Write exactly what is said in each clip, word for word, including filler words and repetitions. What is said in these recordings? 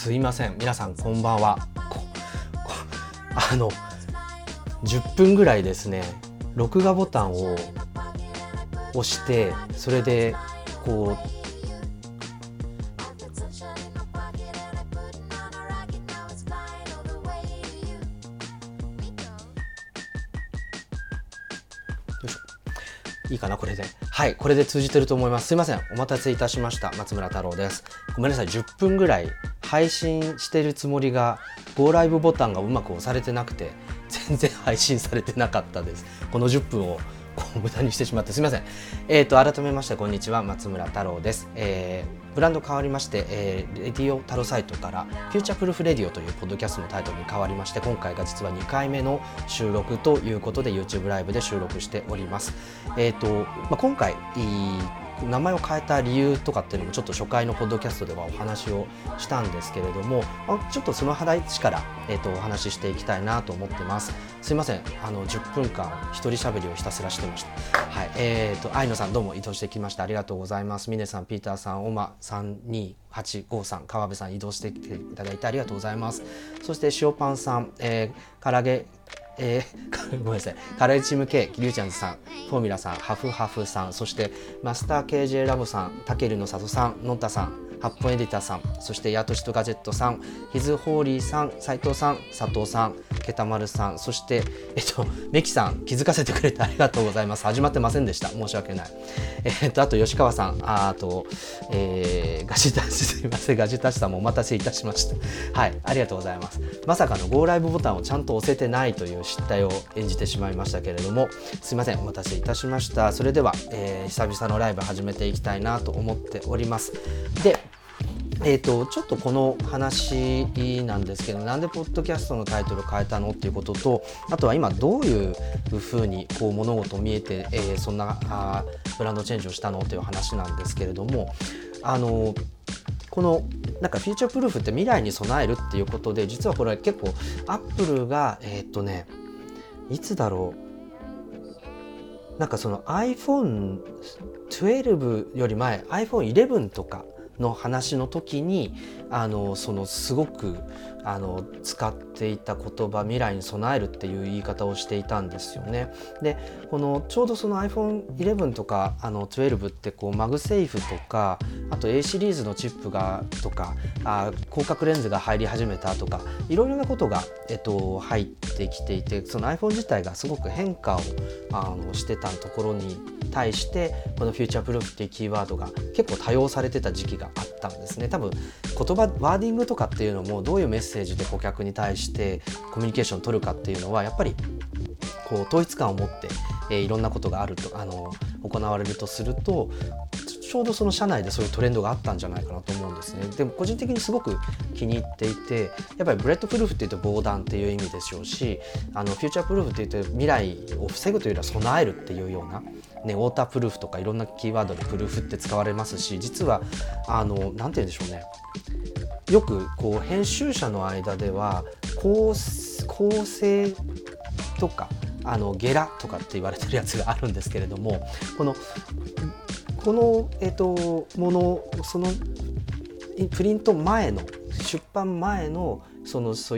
すいません、皆さんこんばんは。ここあのじゅっぷんぐらいですね、録画ボタンを押して、それでこういいかな、これで。はい、これで通じてると思います。すいません、お待たせいたしました。松村太郎です。ごめんなさい、じゅっぷんぐらい配信してるつもりが Go ライブボタンがうまく押されてなくて、全然配信されてなかったです。このじゅっぷんをこう無駄にしてしまってすみません。えーと改めましてこんにちは、松村太郎です。えー、ブランド変わりまして、えー、レディオ太郎サイトからフューチャープルーフレディオというポッドキャストのタイトルに変わりまして、今回が実はにかいめの収録ということで YouTube ライブで収録しております。えーとまあ、今回名前を変えた理由とかっていうのもちょっと初回のポッドキャストではお話をしたんですけれども、ちょっとその話から、えー、とお話ししていきたいなと思ってます。すいません、あのじゅっぷんかん一人喋りをひたすらしてました。はい、えーと愛野さんどうも移動してきました。ありがとうございます。峰さん、ピーターさん、オマさんにはちごさん、川辺さん移動してきていただいてありがとうございます。そして塩パンさん、えー、唐揚げえー、ごめんなさい、カレーチーム K、リュウちゃんズさん、フォーミュラさん、ハフハフさん、そしてマスター ケージェー ラボさん、タケルの里さん、ノンタさん、ハッポンエディターさん、そしてヤトシとガジェットさん、ヒズホーリーさん、斉藤さん、佐藤さん、ケタマルさん、そしてえっとメキさん、気づかせてくれてありがとうございます。始まってませんでした、申し訳ない。えっとあと吉川さん、ああと、えー、ガジタシすいません、ガジタシさんもお待たせいたしました。はい、ありがとうございます。まさかの Go ライブボタンをちゃんと押せてないという失態を演じてしまいましたけれども、すいません、お待たせいたしました。それでは、えー、久々のライブ始めていきたいなと思っております。でえー、とちょっとこの話なんですけど、なんでポッドキャストのタイトル変えたのっていうことと、あとは今どういうふうにこう物事見えて、えー、そんなあブランドチェンジをしたのという話なんですけれども、あのこのなんかフューチャープルーフって未来に備えるっていうことで、実はこれ結構アップルがえっ、ー、とねいつだろう、なんかその アイフォンじゅうに より前 アイフォンイレブン とかの話の時にあのそのすごくあの使っていた言葉、未来に備えるっていう言い方をしていたんですよね。でこのちょうどその アイフォンイレブン とかあのじゅうにってこうマグセーフとか、あと A シリーズのチップがとか、あ広角レンズが入り始めたとか、いろいろなことが、えっと、入ってきていて、その iPhone 自体がすごく変化をあのしてたところに対して、このフューチャープルーフっていうキーワードが結構多用されてた時期があったんですね。多分言葉ワーディングとかっていうのも、どういうメッセージで顧客に対してコミュニケーションを取るかっていうのはやっぱりこう統一感を持って、えー、いろんなことがあるとあの行われるとすると、ちょうどその社内でそういうトレンドがあったんじゃないかなと思うんですね。でも個人的にすごく気に入っていて、やっぱりブレッドプルーフっていうと防弾っていう意味でしょうし、あのフューチャープルーフっていうと未来を防ぐというよりは備えるっていうような、ね、ウォータープルーフとかいろんなキーワードでプルーフって使われますし、実はあのなんて言うんでしょうね、よくこう編集者の間では構構成とかあのゲラとかって言われてるやつがあるんですけれども、このこの、えっと、ものそのプリント前の出版前のそのそういった、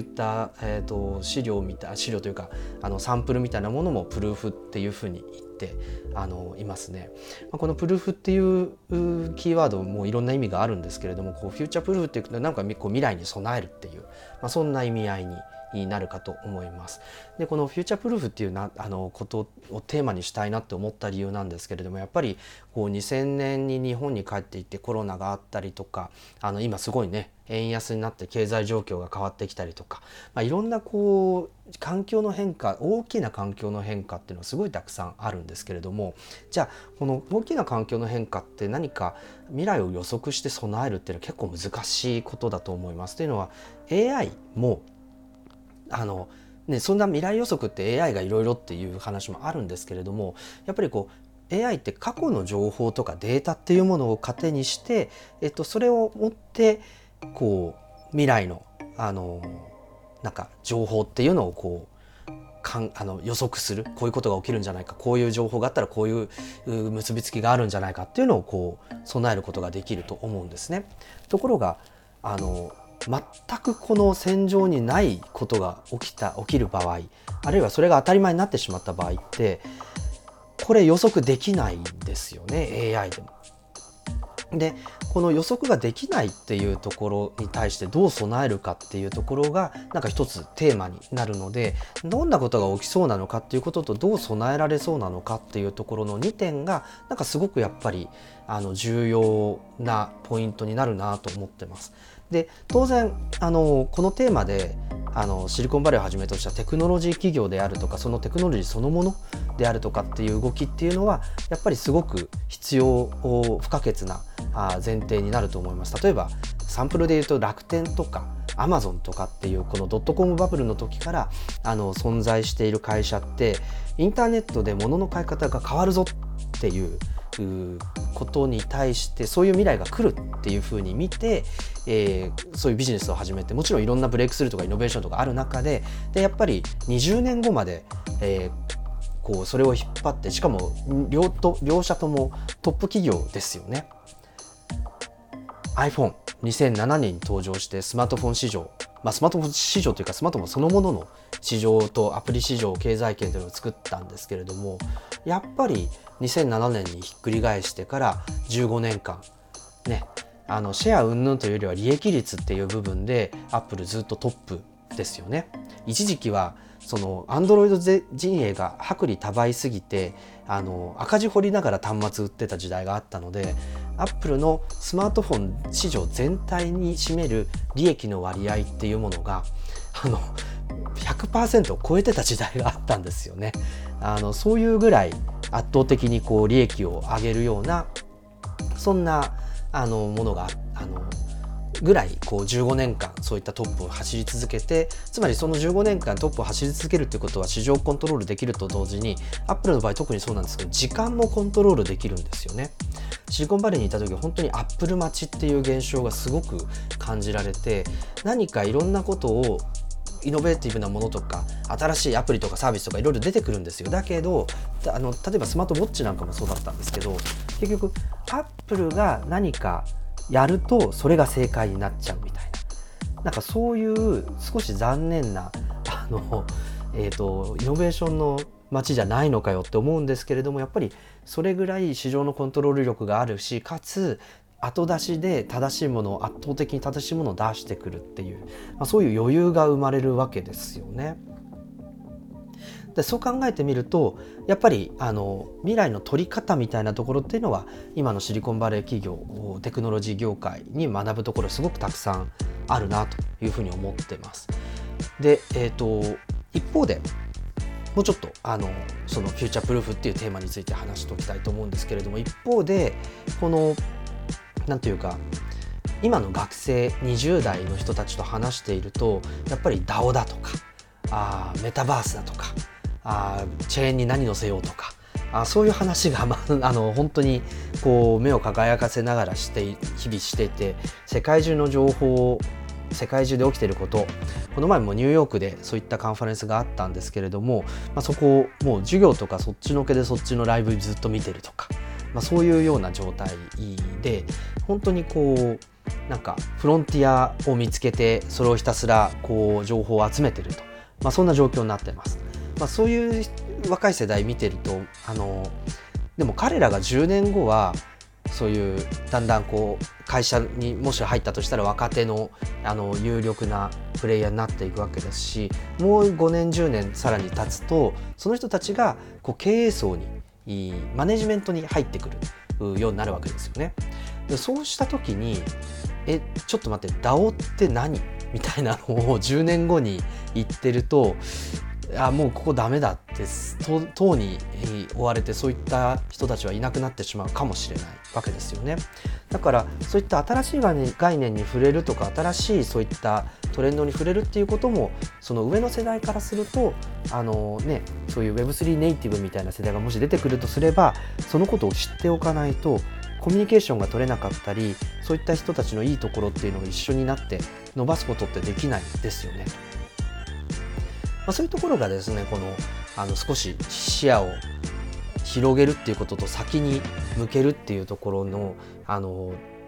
えー、と資料みたい資料というかあのサンプルみたいなものもプルーフっていうふうに言ってあのいますね。このプルーフっていうキーワードもいろんな意味があるんですけれども、こうフューチャープルーフっていうとなんかこう未来に備えるっていう、まあ、そんな意味合いにになるかと思います。でこのフューチャープルーフっていうなあのことをテーマにしたいなって思った理由なんですけれども、やっぱりこうにせんねんに日本に帰っていってコロナがあったりとか、あの今すごいね円安になって経済状況が変わってきたりとか、まあ、いろんなこう環境の変化、大きな環境の変化っていうのはすごいたくさんあるんですけれども、じゃあこの大きな環境の変化って何か未来を予測して備えるっていうのは結構難しいことだと思います。というのは エーアイ もあのね、そんな未来予測って エーアイ がいろいろっていう話もあるんですけれども、やっぱりこう エーアイ って過去の情報とかデータっていうものを糧にして、えっと、それを持ってこう未来のあのなんか情報っていうのをこうかんあの予測する、こういうことが起きるんじゃないか、こういう情報があったらこういう結びつきがあるんじゃないかっていうのをこう備えることができると思うんですね。ところがあの全くこの戦場にないことが起きた起きる場合、あるいはそれが当たり前になってしまった場合って、これ予測できないんですよね、 エーアイ でも。でこの予測ができないっていうところに対してどう備えるかっていうところがなんか一つテーマになるので、どんなことが起きそうなのかっていうこととどう備えられそうなのかっていうところのにてんがなんかすごくやっぱりあの重要なポイントになるなと思ってます。で当然あのこのテーマであのシリコンバレーをはじめとしたテクノロジー企業であるとか、そのテクノロジーそのものであるとかっていう動きっていうのはやっぱりすごく必要不可欠な前提になると思います。例えばサンプルで言うと楽天とかアマゾンとかっていうこのドットコムバブルの時からあの存在している会社って、インターネットで物の買い方が変わるぞっていうことに対してそういう未来が来るっていうふうに見て、えー、そういうビジネスを始めて、もちろんいろんなブレイクスルーとかイノベーションとかある中で、でやっぱりにじゅうねんごまで、えー、こうそれを引っ張って、しかも 両, と両社ともトップ企業ですよね。 アイフォンにせんななねんに登場してスマートフォン市場、まあ、スマートフォン市場というかスマートフォンそのものの市場とアプリ市場経済圏というのを作ったんですけれども、やっぱりにせんななねんにひっくり返してからじゅうごねんかんね、あのシェア云々というよりは利益率っていう部分でアップルずっとトップですよね。一時期はそのアンドロイド陣営が薄利多売すぎてあの赤字掘りながら端末売ってた時代があったので、アップルのスマートフォン市場全体に占める利益の割合っていうものがあの ひゃくパーセント を超えてた時代があったんですよね。あのそういうぐらい圧倒的にこう利益を上げるようなそんなあのものがあのぐらいこうじゅうごねんかんそういったトップを走り続けて、つまりそのじゅうごねんかんトップを走り続けるってことは市場をコントロールできると同時に、アップルの場合特にそうなんですけど時間もコントロールできるんですよね。シリコンバレーにいた時は本当にアップル待ちっていう現象がすごく感じられて、何かいろんなことをイノベーティブなものとか新しいアプリとかサービスとかいろいろ出てくるんですよ。だけどあの例えばスマートウォッチなんかもそうだったんですけど、結局アップルが何かやるとそれが正解になっちゃうみたいな、なんかそういう少し残念なあの、えーと、イノベーションの街じゃないのかよって思うんですけれども、やっぱりそれぐらい市場のコントロール力があるし、かつ後出しで正しいものを圧倒的に正しいものを出してくるっていう、まあ、そういう余裕が生まれるわけですよね。でそう考えてみるとやっぱりあの未来の取り方みたいなところっていうのは今のシリコンバレー企業テクノロジー業界に学ぶところすごくたくさんあるなというふうに思ってます。で、えーと、一方でもうちょっとあのそのフューチャープルーフっていうテーマについて話しておきたいと思うんですけれども、一方でこのなんていうか今の学生にじゅう代の人たちと話していると、やっぱり ダオ だとかあメタバースだとかあチェーンに何乗せようとかあそういう話が、まあ、あの本当にこう目を輝かせながらして日々していて、世界中の情報を世界中で起きていること、この前もニューヨークでそういったカンファレンスがあったんですけれども、まあ、そこをもう授業とかそっちのけでそっちのライブずっと見てるとか、まあ、そういうような状態で本当にこうなんかフロンティアを見つけてそれをひたすらこう情報を集めてると、まあ、そんな状況になってます。まあ、そういう若い世代見てるとあのでも彼らがじゅうねんごはそういうだんだんこう会社にもし入ったとしたら若手のあの有力なプレイヤーになっていくわけですし、もうごねんじゅうねんさらに経つとその人たちがこう経営層にマネジメントに入ってくるようになるわけですよね。でそうした時にえちょっと待って ダオ って何みたいなのをじゅうねんごに言ってると、あもうここダメだって党に追われてそういった人たちはいなくなってしまうかもしれないわけですよね。だからそういった新しい概念に触れるとか新しいそういったトレンドに触れるっていうこともその上の世代からするとあの、ね、そういう ウェブスリー ネイティブみたいな世代がもし出てくるとすればそのことを知っておかないとコミュニケーションが取れなかったりそういった人たちのいいところっていうのが一緒になって伸ばすことってできないですよね。まあ、そういうところがですねこのあの少し視野を広げるっていうことと先に向けるっていうところのあの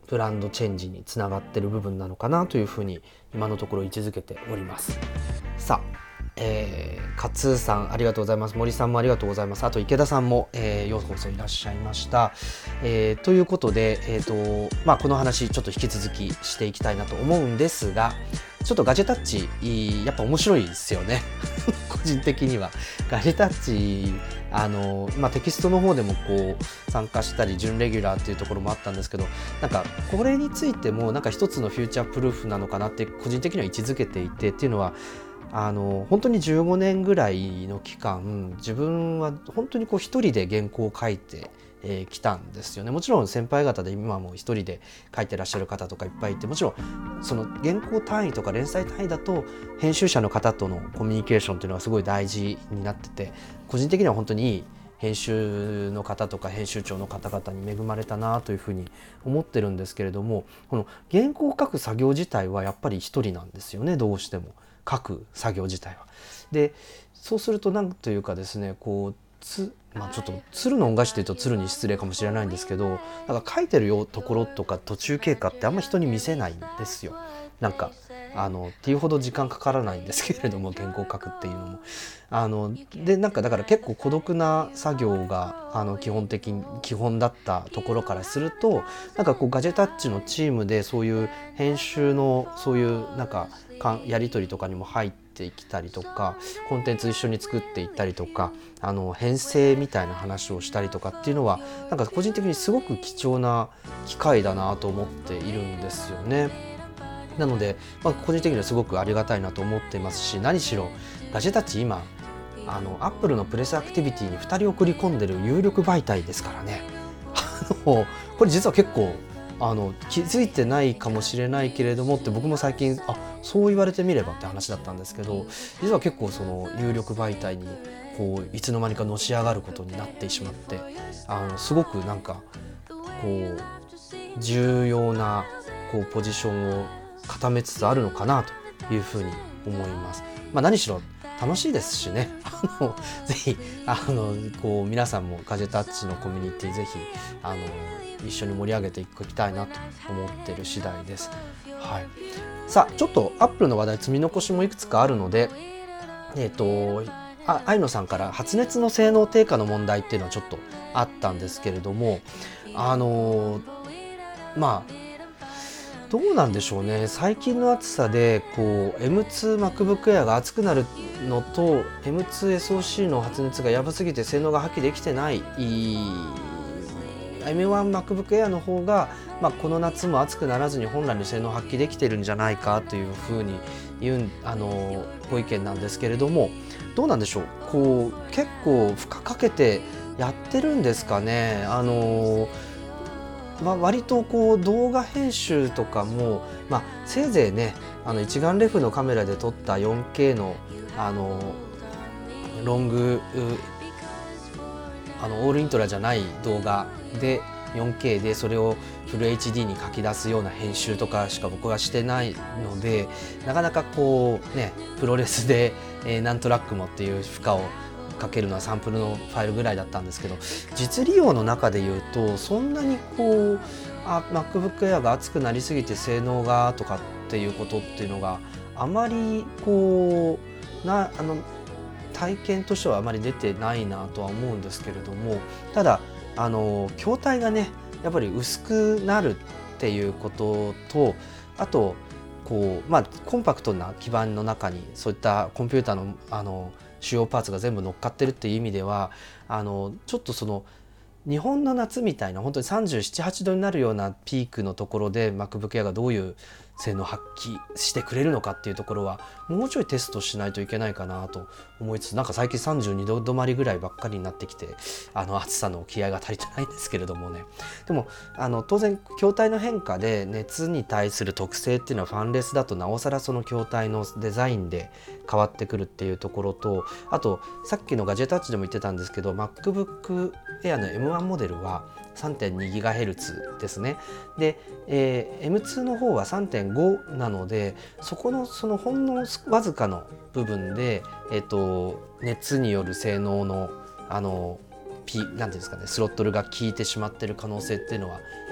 ブランドチェンジにつながってる部分なのかなというふうに今のところ位置づけております。さあ、えー、勝さんありがとうございます。森さんもありがとうございます。あと池田さんも、えー、ようこそいらっしゃいました。えー、ということで、えーとまあ、この話ちょっと引き続きしていきたいなと思うんですが、ちょっとガジェタッチやっぱ面白いですよね個人的には。ガジェタッチあの、まあ、テキストの方でもこう参加したり準レギュラーっていうところもあったんですけど、なんかこれについてもなんか一つのフューチャープルーフなのかなって個人的には位置づけていて、っていうのはあの本当にじゅうごねんぐらいの期間自分は本当にこう一人で原稿を書いてえー、来たんですよね。もちろん先輩方で今も一人で書いてらっしゃる方とかいっぱいいて、もちろんその原稿単位とか連載単位だと編集者の方とのコミュニケーションというのはすごい大事になってて、個人的には本当にいい編集の方とか編集長の方々に恵まれたなというふうに思ってるんですけれども、この原稿を書く作業自体はやっぱり一人なんですよね、どうしても書く作業自体は。でそうすると何というかですね、こうつまあ、ちょっと鶴の恩返しというと鶴に失礼かもしれないんですけど、なんか書いてるよところとか途中経過ってあんま人に見せないんですよ。なんかあのっていうほど時間かからないんですけれども、原稿書くっていうのもあのでなんかだから結構孤独な作業があの基本的に基本だったところからすると、なんかこうガジェタッチのチームでそういう編集のそういうなんかやり取りとかにも入っててきたりとか、コンテンツ一緒に作っていったりとか、あの編成みたいな話をしたりとかっていうのはなんか個人的にすごく貴重な機会だなと思っているんですよね。なので、まあ、個人的にはすごくありがたいなと思っていますし、何しろガジェタッチ今あのアップルのプレスアクティビティにふたり送り込んでる有力媒体ですからね。あのこれ実は結構あの気づいてないかもしれないけれどもって、僕も最近あそう言われてみればって話だったんですけど、実は結構その有力媒体にこういつの間にかのし上がることになってしまって、あのすごくなんかこう重要なこうポジションを固めつつあるのかなというふうに思います。まあ、何しろ楽しいですしね、あのぜひあのこう皆さんもガジェタッチのコミュニティぜひあの一緒に盛り上げていきたいなと思っている次第です。はい、さあちょっとアップルの話題積み残しもいくつかあるので、えっとあ愛野さんから発熱の性能低下の問題っていうのはちょっとあったんですけれども、あのまあどうなんでしょうね。最近の暑さでこう エムツー MacBook Air が熱くなるのと エムツー エスオーシー の発熱がやばすぎて性能が発揮できてない エムワン MacBook Air の方が、まあ、この夏も暑くならずに本来の性能を発揮できてるんじゃないかというふうに言うあのご意見なんですけれども、どうなんでしょう。こう結構負荷かけてやってるんですかね。あのまあ、割とこう動画編集とかも、まあ、せいぜいねあの一眼レフのカメラで撮った よんケー の, あのロングあのオールイントラじゃない動画で よんケー でそれをフル エイチディー に書き出すような編集とかしか僕はしてないので、なかなかこうねプロレスで、えー、何トラックもっていう負荷をかけるのはサンプルのファイルぐらいだったんですけど、実利用の中で言うとそんなにこうあ MacBook Air が熱くなりすぎて性能がとかっていうことっていうのがあまりこうなあの体験としてはあまり出てないなとは思うんですけれども、ただあの筐体がねやっぱり薄くなるっていうことと、あとこう、まあ、コンパクトな基板の中にそういったコンピューターのあの主要パーツが全部乗っかってるっていう意味では、あのちょっとその日本の夏みたいな本当にさんじゅうなな、はちどになるようなピークのところで MacBook Air がどういう性能を発揮してくれるのかっていうところはもうちょいテストしないといけないかなと思いつつ、なんか最近さんじゅうにど止まりぐらいばっかりになってきて、あの暑さの気合が足りてないんですけれどもね。でもあの当然筐体の変化で熱に対する特性っていうのはファンレスだとなおさらその筐体のデザインで変わってくるっていうところと、あとさっきのガジェタッチでも言ってたんですけど MacBook Air の エムワン モデルは さんてんにギガヘルツ ですね。で、えー、エムツー の方は さんてんご なので、そこのそのほんのわずかの部分で、えーと、熱による性能のあの P なんていうんですかね、スロットルが効いてしまっている可能性っていうのは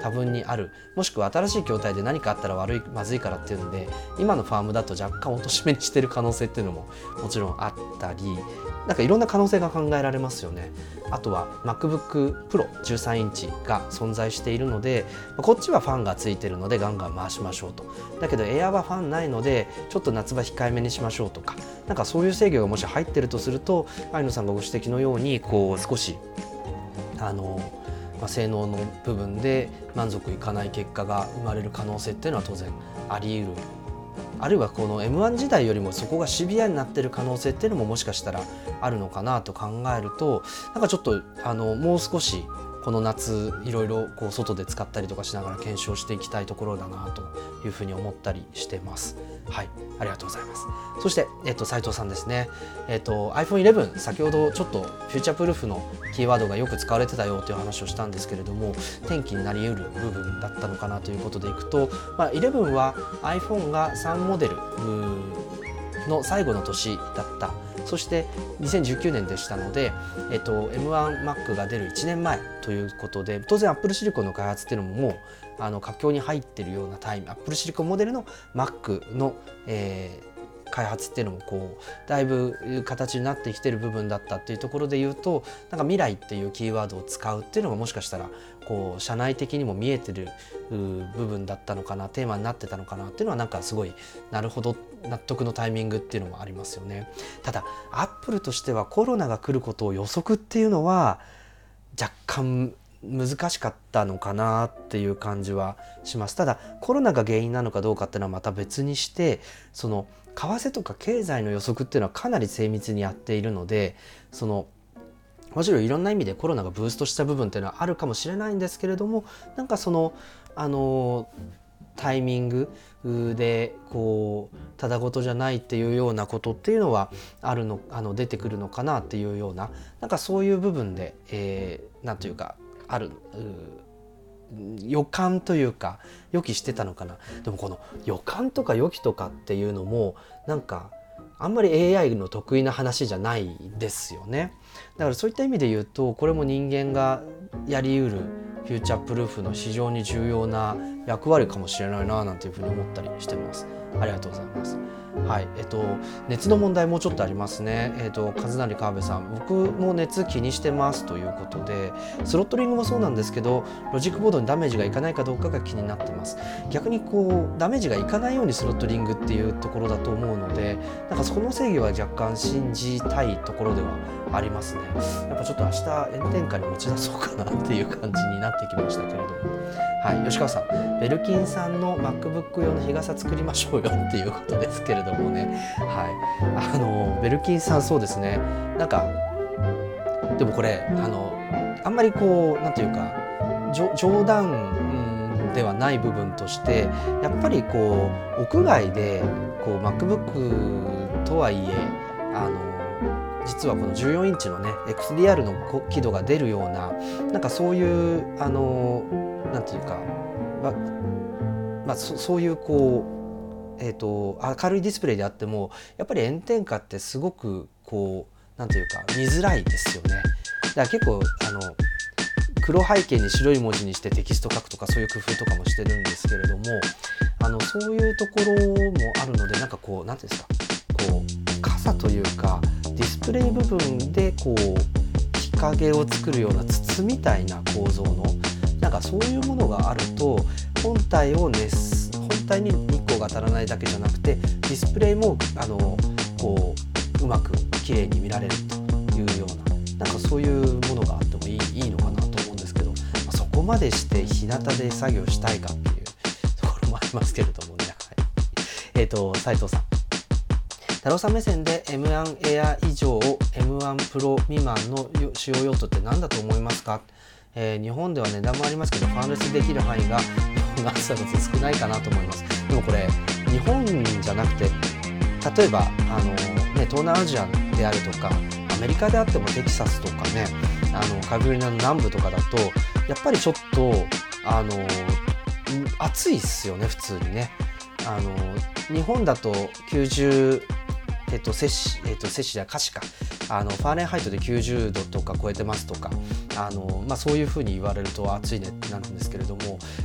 多分にある、もしくは新しい筐体で何かあったら悪いまずいからっていうので今のファームだと若干落としめにしてる可能性っていうのももちろんあったり、なんかいろんな可能性が考えられますよね。あとは MacBook Pro じゅうさんインチが存在しているので、こっちはファンがついてるのでガンガン回しましょうと。だけど Air はファンないのでちょっと夏場控えめにしましょうとか、なんかそういう制御がもし入ってるとすると、相野さんがご指摘のようにこう少しあの、まあ、性能の部分で満足いかない結果が生まれる可能性っていうのは当然あり得る。あるいはこの エムワン 時代よりもそこがシビアになっている可能性っていうのももしかしたらあるのかなと考えると、なんかちょっとあのもう少しこの夏いろいろこう外で使ったりとかしながら検証していきたいところだなというふうに思ったりしてます。はい、ありがとうございます。そして、えっと、斉藤さんですね、えっと、アイフォンイレブン 先ほどちょっとフューチャープルーフのキーワードがよく使われてたよという話をしたんですけれども、転機になりうる部分だったのかなということでいくと、まあ、イレブンは iPhone がさんモデルの最後の年だった。そしてにせんじゅうきゅうねんでしたので、えっと、エムワンマック が出るいちねんまえということで、当然 Apple シリコンの開発っていうのももうあの佳境に入っているようなタイム、Apple シリコンモデルの Mac の、えー開発っていうのもこうだいぶ形になってきてる部分だったっていうところで言うと、なんか未来っていうキーワードを使うっていうのがもしかしたらこう社内的にも見えてる部分だったのかな、テーマになってたのかなっていうのはなんかすごいなるほど納得のタイミングっていうのもありますよね。ただアップルとしてはコロナが来ることを予測っていうのは若干難しかったのかなっていう感じはします。ただコロナが原因なのかどうかっていうのはまた別にして、その為替とか経済の予測っていうのはかなり精密にやっているので、そのもちろんいろんな意味でコロナがブーストした部分っていうのはあるかもしれないんですけれども、なんかそのあのタイミングでこうただごとじゃないっていうようなことっていうのはあるのあの出てくるのかなっていうような、なんかそういう部分で、えー、なんというかある予感というか予期してたのかな。でもこの予感とか予期とかっていうのもなんかあんまり エーアイ の得意な話じゃないですよね。だからそういった意味で言うと、これも人間がやりうるフューチャープルーフの非常に重要な役割かもしれないななんていうふうに思ったりしてます。ありがとうございます。はい、えっと熱の問題もうちょっとありますね。えっと和成川辺さん、僕も熱気にしてますということで、スロットリングもそうなんですけど、ロジックボードにダメージがいかないかどうかが気になってます。逆にこうダメージがいかないようにスロットリングっていうところだと思うので、なんかその制御は若干信じたいところではありますね。やっぱちょっと明日炎天下に持ち出そうかなっていう感じになってきましたけれども、はい、吉川さん、ベルキンさんの MacBook 用の日傘作りましょうよっていうことですけれどもね、はい、あのベルキンさんそうですね、なんかでもこれあのあんまりこうなんていうか冗談ではない部分として、やっぱりこう屋外でこう MacBook とはいえあの実はこのじゅうよんインチのね エックスディーアール の輝度が出るような、なんかそういうあのなんていうか、ままあ、そ, そういうこう、えーと、明るいディスプレイであってもやっぱり炎天下ってすごくこうなんていうか見づらいですよね。だから結構あの黒背景に白い文字にしてテキスト書くとかそういう工夫とかもしてるんですけれども、あのそういうところもあるので、なんかこうなんていうんですか、こう傘というかディスプレイ部分でこう日陰を作るような筒みたいな構造のなんかそういうものがあると、本体を熱本体に日光が当たらないだけじゃなくてディスプレイもあのこううまく綺麗に見られるというような、なんかそういうものがあってもいい、いいのかなと思うんですけど、まあ、そこまでして日向で作業したいかっていうところもありますけれどもね。はい、えっと斉藤さん、太郎さん目線で エムワン Air 以上 エムワン Pro 未満の使用用途って何だと思いますか？えー、日本では値段もありますけどファンレスできる範囲が日本の暑さだと少ないかなと思います。でもこれ日本じゃなくて、例えばあの、ね、東南アジアであるとかアメリカであってもテキサスとかね、あのカリフォルニアの南部とかだとやっぱりちょっとあの暑いっすよね普通にね。あの日本だときゅうじゅうえっと、摂氏、えっと、摂氏や華氏か、あのファーレンハイトできゅうじゅうどとか超えてますとか、あの、まあ、そういうふうに言われると暑いねなんですけれども、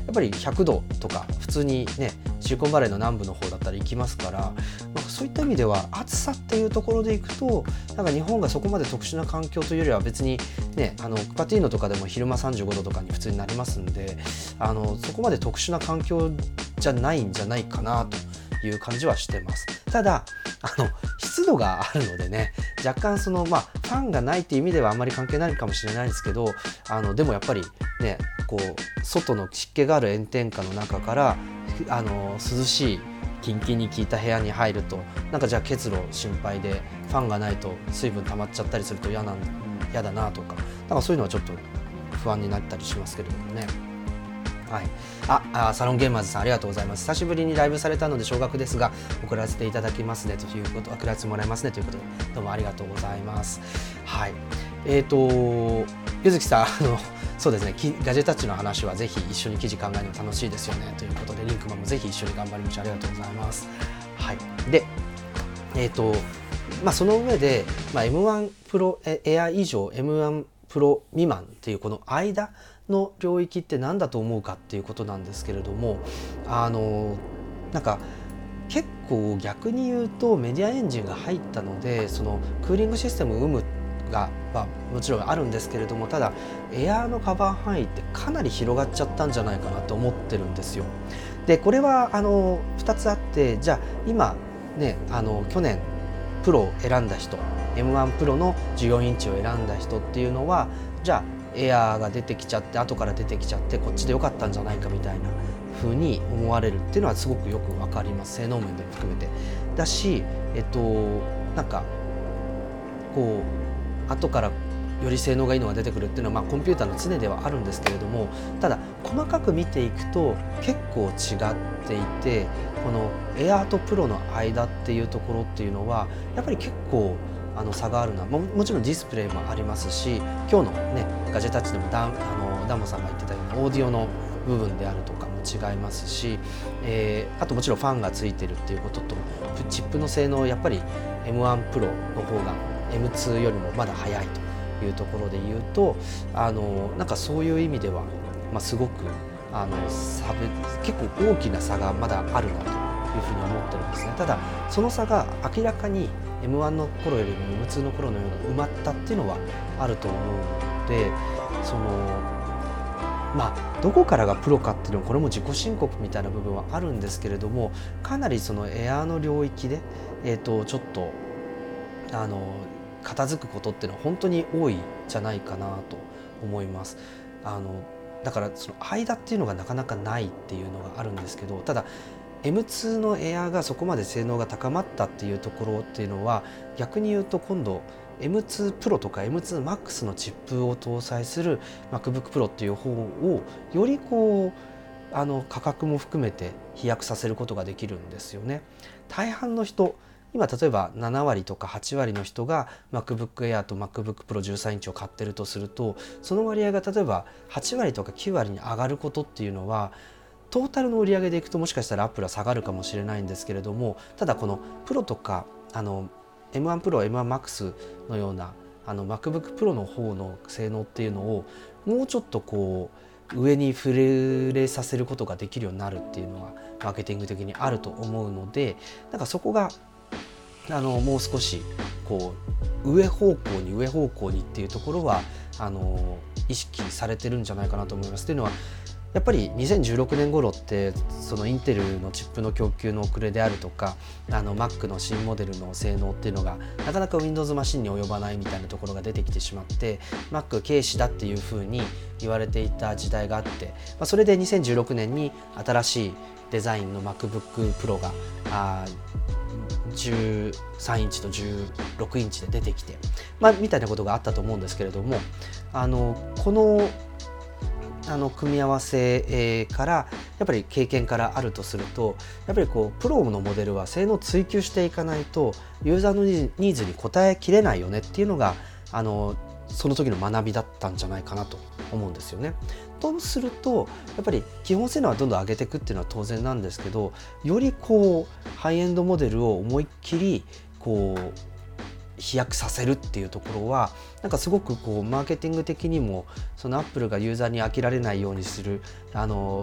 っぱりひゃくどとか普通にねシリコンバレーの南部の方だったら行きますから、なんかそういった意味では暑さっていうところでいくとなんか日本がそこまで特殊な環境というよりは別にねあのクパティーノとかでも昼間さんじゅうごどとかに普通になりますんで、あのそこまで特殊な環境じゃないんじゃないかなという感じはしてます。ただあの湿度があるのでね、若干そのまあファンがないっていう意味ではあんまり関係ないかもしれないですけど、あのでもやっぱりねこう外の湿気がある炎天下の中からあの涼しいキンキンに効いた部屋に入ると、なんかじゃあ結露心配でファンがないと水分溜まっちゃったりすると嫌なん嫌だなとか、なんかそういうのはちょっと不安になったりしますけれどもね。はい、ああサロンゲーマーズさんありがとうございます。久しぶりにライブされたので少額ですが送らせていただきますねということ、送らせてもらいますねということで、どうもありがとうございます。はい、えーとゆずきさん、あのそうですね、ガジェタッチの話はぜひ一緒に記事考えるの楽しいですよねということで、リンクマンもぜひ一緒に頑張りましょう。ありがとうございます。はい、で、えーとまあ、その上で、まあ、エムワン プロエア以上 エムワン プロ未満っていうこの間の領域って何だと思うかっていうことなんですけれども、あのなんか結構逆に言うとメディアエンジンが入ったので、そのクーリングシステムを生むが、まあ、もちろんあるんですけれども、ただエアーのカバー範囲ってかなり広がっちゃったんじゃないかなと思ってるんですよ。でこれはあのふたつあって、じゃあ今ねあの去年プロを選んだ人 エムワン プロのじゅうよんインチを選んだ人っていうのは、じゃあエアーが出てきちゃって後から出てきちゃってこっちで良かったんじゃないかみたいな風に思われるっていうのはすごくよく分かります。性能面でも含めてだし、えっとなんかこう後からより性能がいいのが出てくるっていうのは、まあ、コンピューターの常ではあるんですけれども、ただ細かく見ていくと結構違っていて、このエアーとプロの間っていうところっていうのはやっぱり結構あの差があるな。 も, もちろんディスプレイもありますし、今日のねガジェタッチでもダンあのダンモさんが言ってたようなオーディオの部分であるとかも違いますし、えー、あともちろんファンがついてるっていうことと、チップの性能やっぱり エムワン プロの方が エムツー よりもまだ速いというところで言うと、あのなんかそういう意味では、まあ、すごくあの差別結構大きな差がまだあるなというふうに思ってるんですね。ただその差が明らかに エムワン の頃よりも エムツー の頃のような埋まったっていうのはあると思うので、そのまあどこからがプロかっていうのはこれも自己申告みたいな部分はあるんですけれども、かなりそのエアーの領域で、えー、とちょっとあの片付くことっていうのは本当に多いんじゃないかなと思います。あのだからその間っていうのがなかなかないっていうのがあるんですけど、ただ エムツー のエアーがそこまで性能が高まったっていうところっていうのは、逆に言うと今度 エムツー プロとか エムツーマックス のチップを搭載する MacBook Pro っていう方をよりこうあの価格も含めて飛躍させることができるんですよね。大半の人、今例えばななわりとかはちわりの人が MacBook Air と MacBook Pro じゅうさんインチを買ってるとすると、その割合が例えばはちわりとかきゅうわりに上がることっていうのは、トータルの売り上げでいくともしかしたらアップルは下がるかもしれないんですけれども、ただこのプロとかあの エムワン プロ エムワンマックス のようなあの MacBook Pro の方の性能っていうのをもうちょっとこう上に触れさせることができるようになるっていうのはマーケティング的にあると思うので、なんかそこがあのもう少しこう上方向に上方向にっていうところはあの意識されてるんじゃないかなと思います。というのはやっぱりにせんじゅうろくねん頃ってそのインテルのチップの供給の遅れであるとか、あの Mac の新モデルの性能っていうのがなかなか Windows マシンに及ばないみたいなところが出てきてしまって、 Mac 軽視だっていうふうに言われていた時代があって、まあ、それでにせんじゅうろくねんに新しいデザインの MacBook Pro があじゅうさんインチとじゅうろくインチで出てきて、まあ、みたいなことがあったと思うんですけれども、あのこのあの組み合わせからやっぱり経験からあるとすると、やっぱりこうプロのモデルは性能を追求していかないとユーザーのニーズに応えきれないよねっていうのがあのその時の学びだったんじゃないかなと思うんですよね。とするとやっぱり基本性能はどんどん上げていくっていうのは当然なんですけど、よりこうハイエンドモデルを思いっきりこう飛躍させるっていうところはなんかすごくこうマーケティング的にもそのアップルがユーザーに飽きられないようにするあの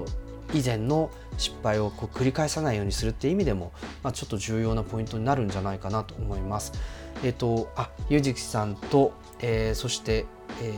以前の失敗をこう繰り返さないようにするっていう意味でも、まあ、ちょっと重要なポイントになるんじゃないかなと思います。えっとあゆうじきさんと、えー、そして、えー、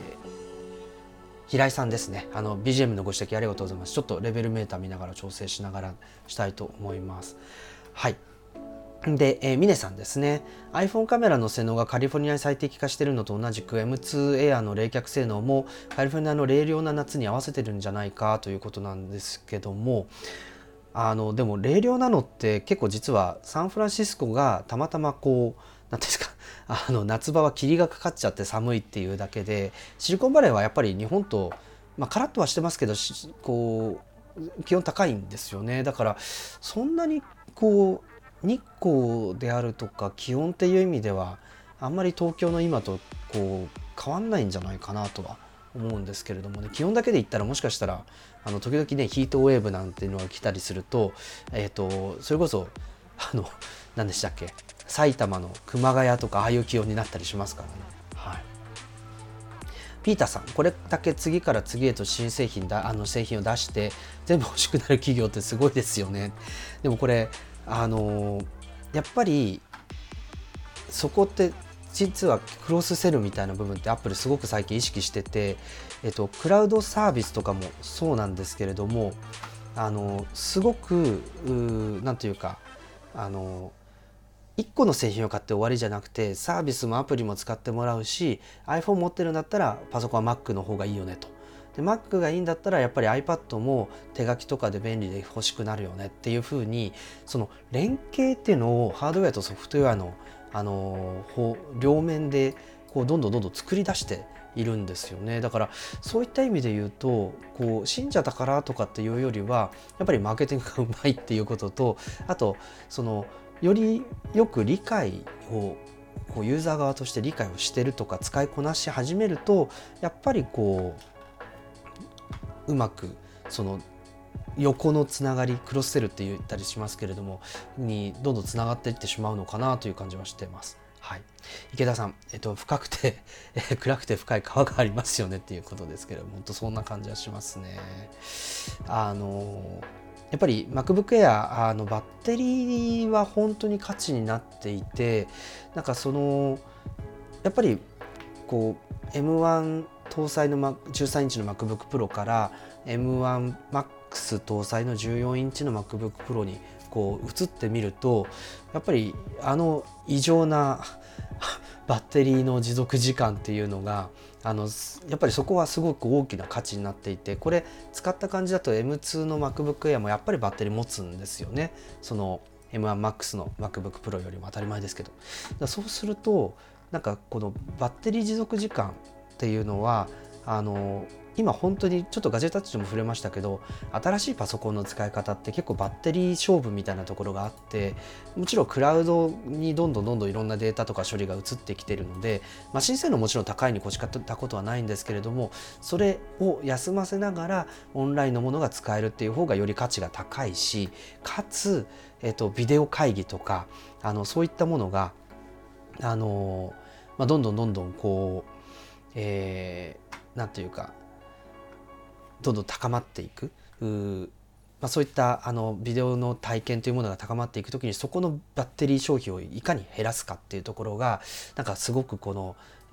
平井さんですね。あの ビージーエム のご指摘ありがとうございます。ちょっとレベルメーター見ながら調整しながらしたいと思います。はい。で、えー、ミネさんですね。iPhone カメラの性能がカリフォルニアに最適化しているのと同じく エムツー Air の冷却性能もカリフォルニアの冷涼な夏に合わせてるんじゃないかということなんですけども、あのでも冷涼なのって結構実はサンフランシスコがたまたまこう何ていうんですか、あの夏場は霧がかかっちゃって寒いっていうだけで、シリコンバレーはやっぱり日本と、まあ、カラッとはしてますけどこう気温高いんですよね。だからそんなにこう日光であるとか気温っていう意味ではあんまり東京の今とこう変わんないんじゃないかなとは思うんですけれどもね。気温だけで言ったらもしかしたらあの時々ねヒートウェーブなんていうのが来たりすると、えーとそれこそあの何でしたっけ、埼玉の熊谷とかああいう気温になったりしますからね。はい。ピーターさん、これだけ次から次へと新製品だあの製品を出して全部欲しくなる企業ってすごいですよね。でもこれあのやっぱりそこって実はクロスセルみたいな部分ってアップルすごく最近意識してて、えっと、クラウドサービスとかもそうなんですけれども、あのすごくなんというかあのいっこの製品を買って終わりじゃなくてサービスもアプリも使ってもらうし iPhone 持ってるんだったらパソコンは Mac の方がいいよねと。で Mac がいいんだったらやっぱり iPad も手書きとかで便利で欲しくなるよねっていう風に、その連携っていうのをハードウェアとソフトウェアの、あの両面でこうどんどんどんどん作り出しているんですよね。だからそういった意味で言うとこう信者だからとかっていうよりはやっぱりマーケティングがうまいっていうことと、あとそのよりよく理解をこうユーザー側として理解をしてるとか使いこなし始めるとやっぱりこううまくその横のつながりクロスセルって言ったりしますけれどもにどんどんつながっていってしまうのかなという感じはしています。はい、池田さん、えっと、深くて、えー、暗くて深い川がありますよねっていうことですけれども、本当そんな感じはしますね。あのやっぱり MacBook Air あのバッテリーは本当に価値になっていて、なんかそのやっぱりこう エムワン 搭載のじゅうさんインチの MacBook Pro から エムワン Max 搭載のじゅうよんインチの MacBook Pro にこう移ってみると、やっぱりあの異常なバッテリーの持続時間っていうのがあのやっぱりそこはすごく大きな価値になっていて、これ使った感じだと エムツー の MacBook Air もやっぱりバッテリー持つんですよね。その エムワン Max の MacBook Pro よりも当たり前ですけど、だそうするとなんかこのバッテリー持続時間っていうのはあの今本当にちょっとガジェタッチでも触れましたけど、新しいパソコンの使い方って結構バッテリー勝負みたいなところがあって、もちろんクラウドにどんどんどんどんいろんなデータとか処理が移ってきてるので、マシン性能もちろん高いに越したことはないんですけれども、それを休ませながらオンラインのものが使えるっていう方がより価値が高いし、かつ、えっと、ビデオ会議とかあのそういったものがあの、まあ、どんどんどんどんこう、えー、なんというかどんどん高まっていく、まあ、そういったあのビデオの体験というものが高まっていくときに、そこのバッテリー消費をいかに減らすかっていうところがなんかすごくこの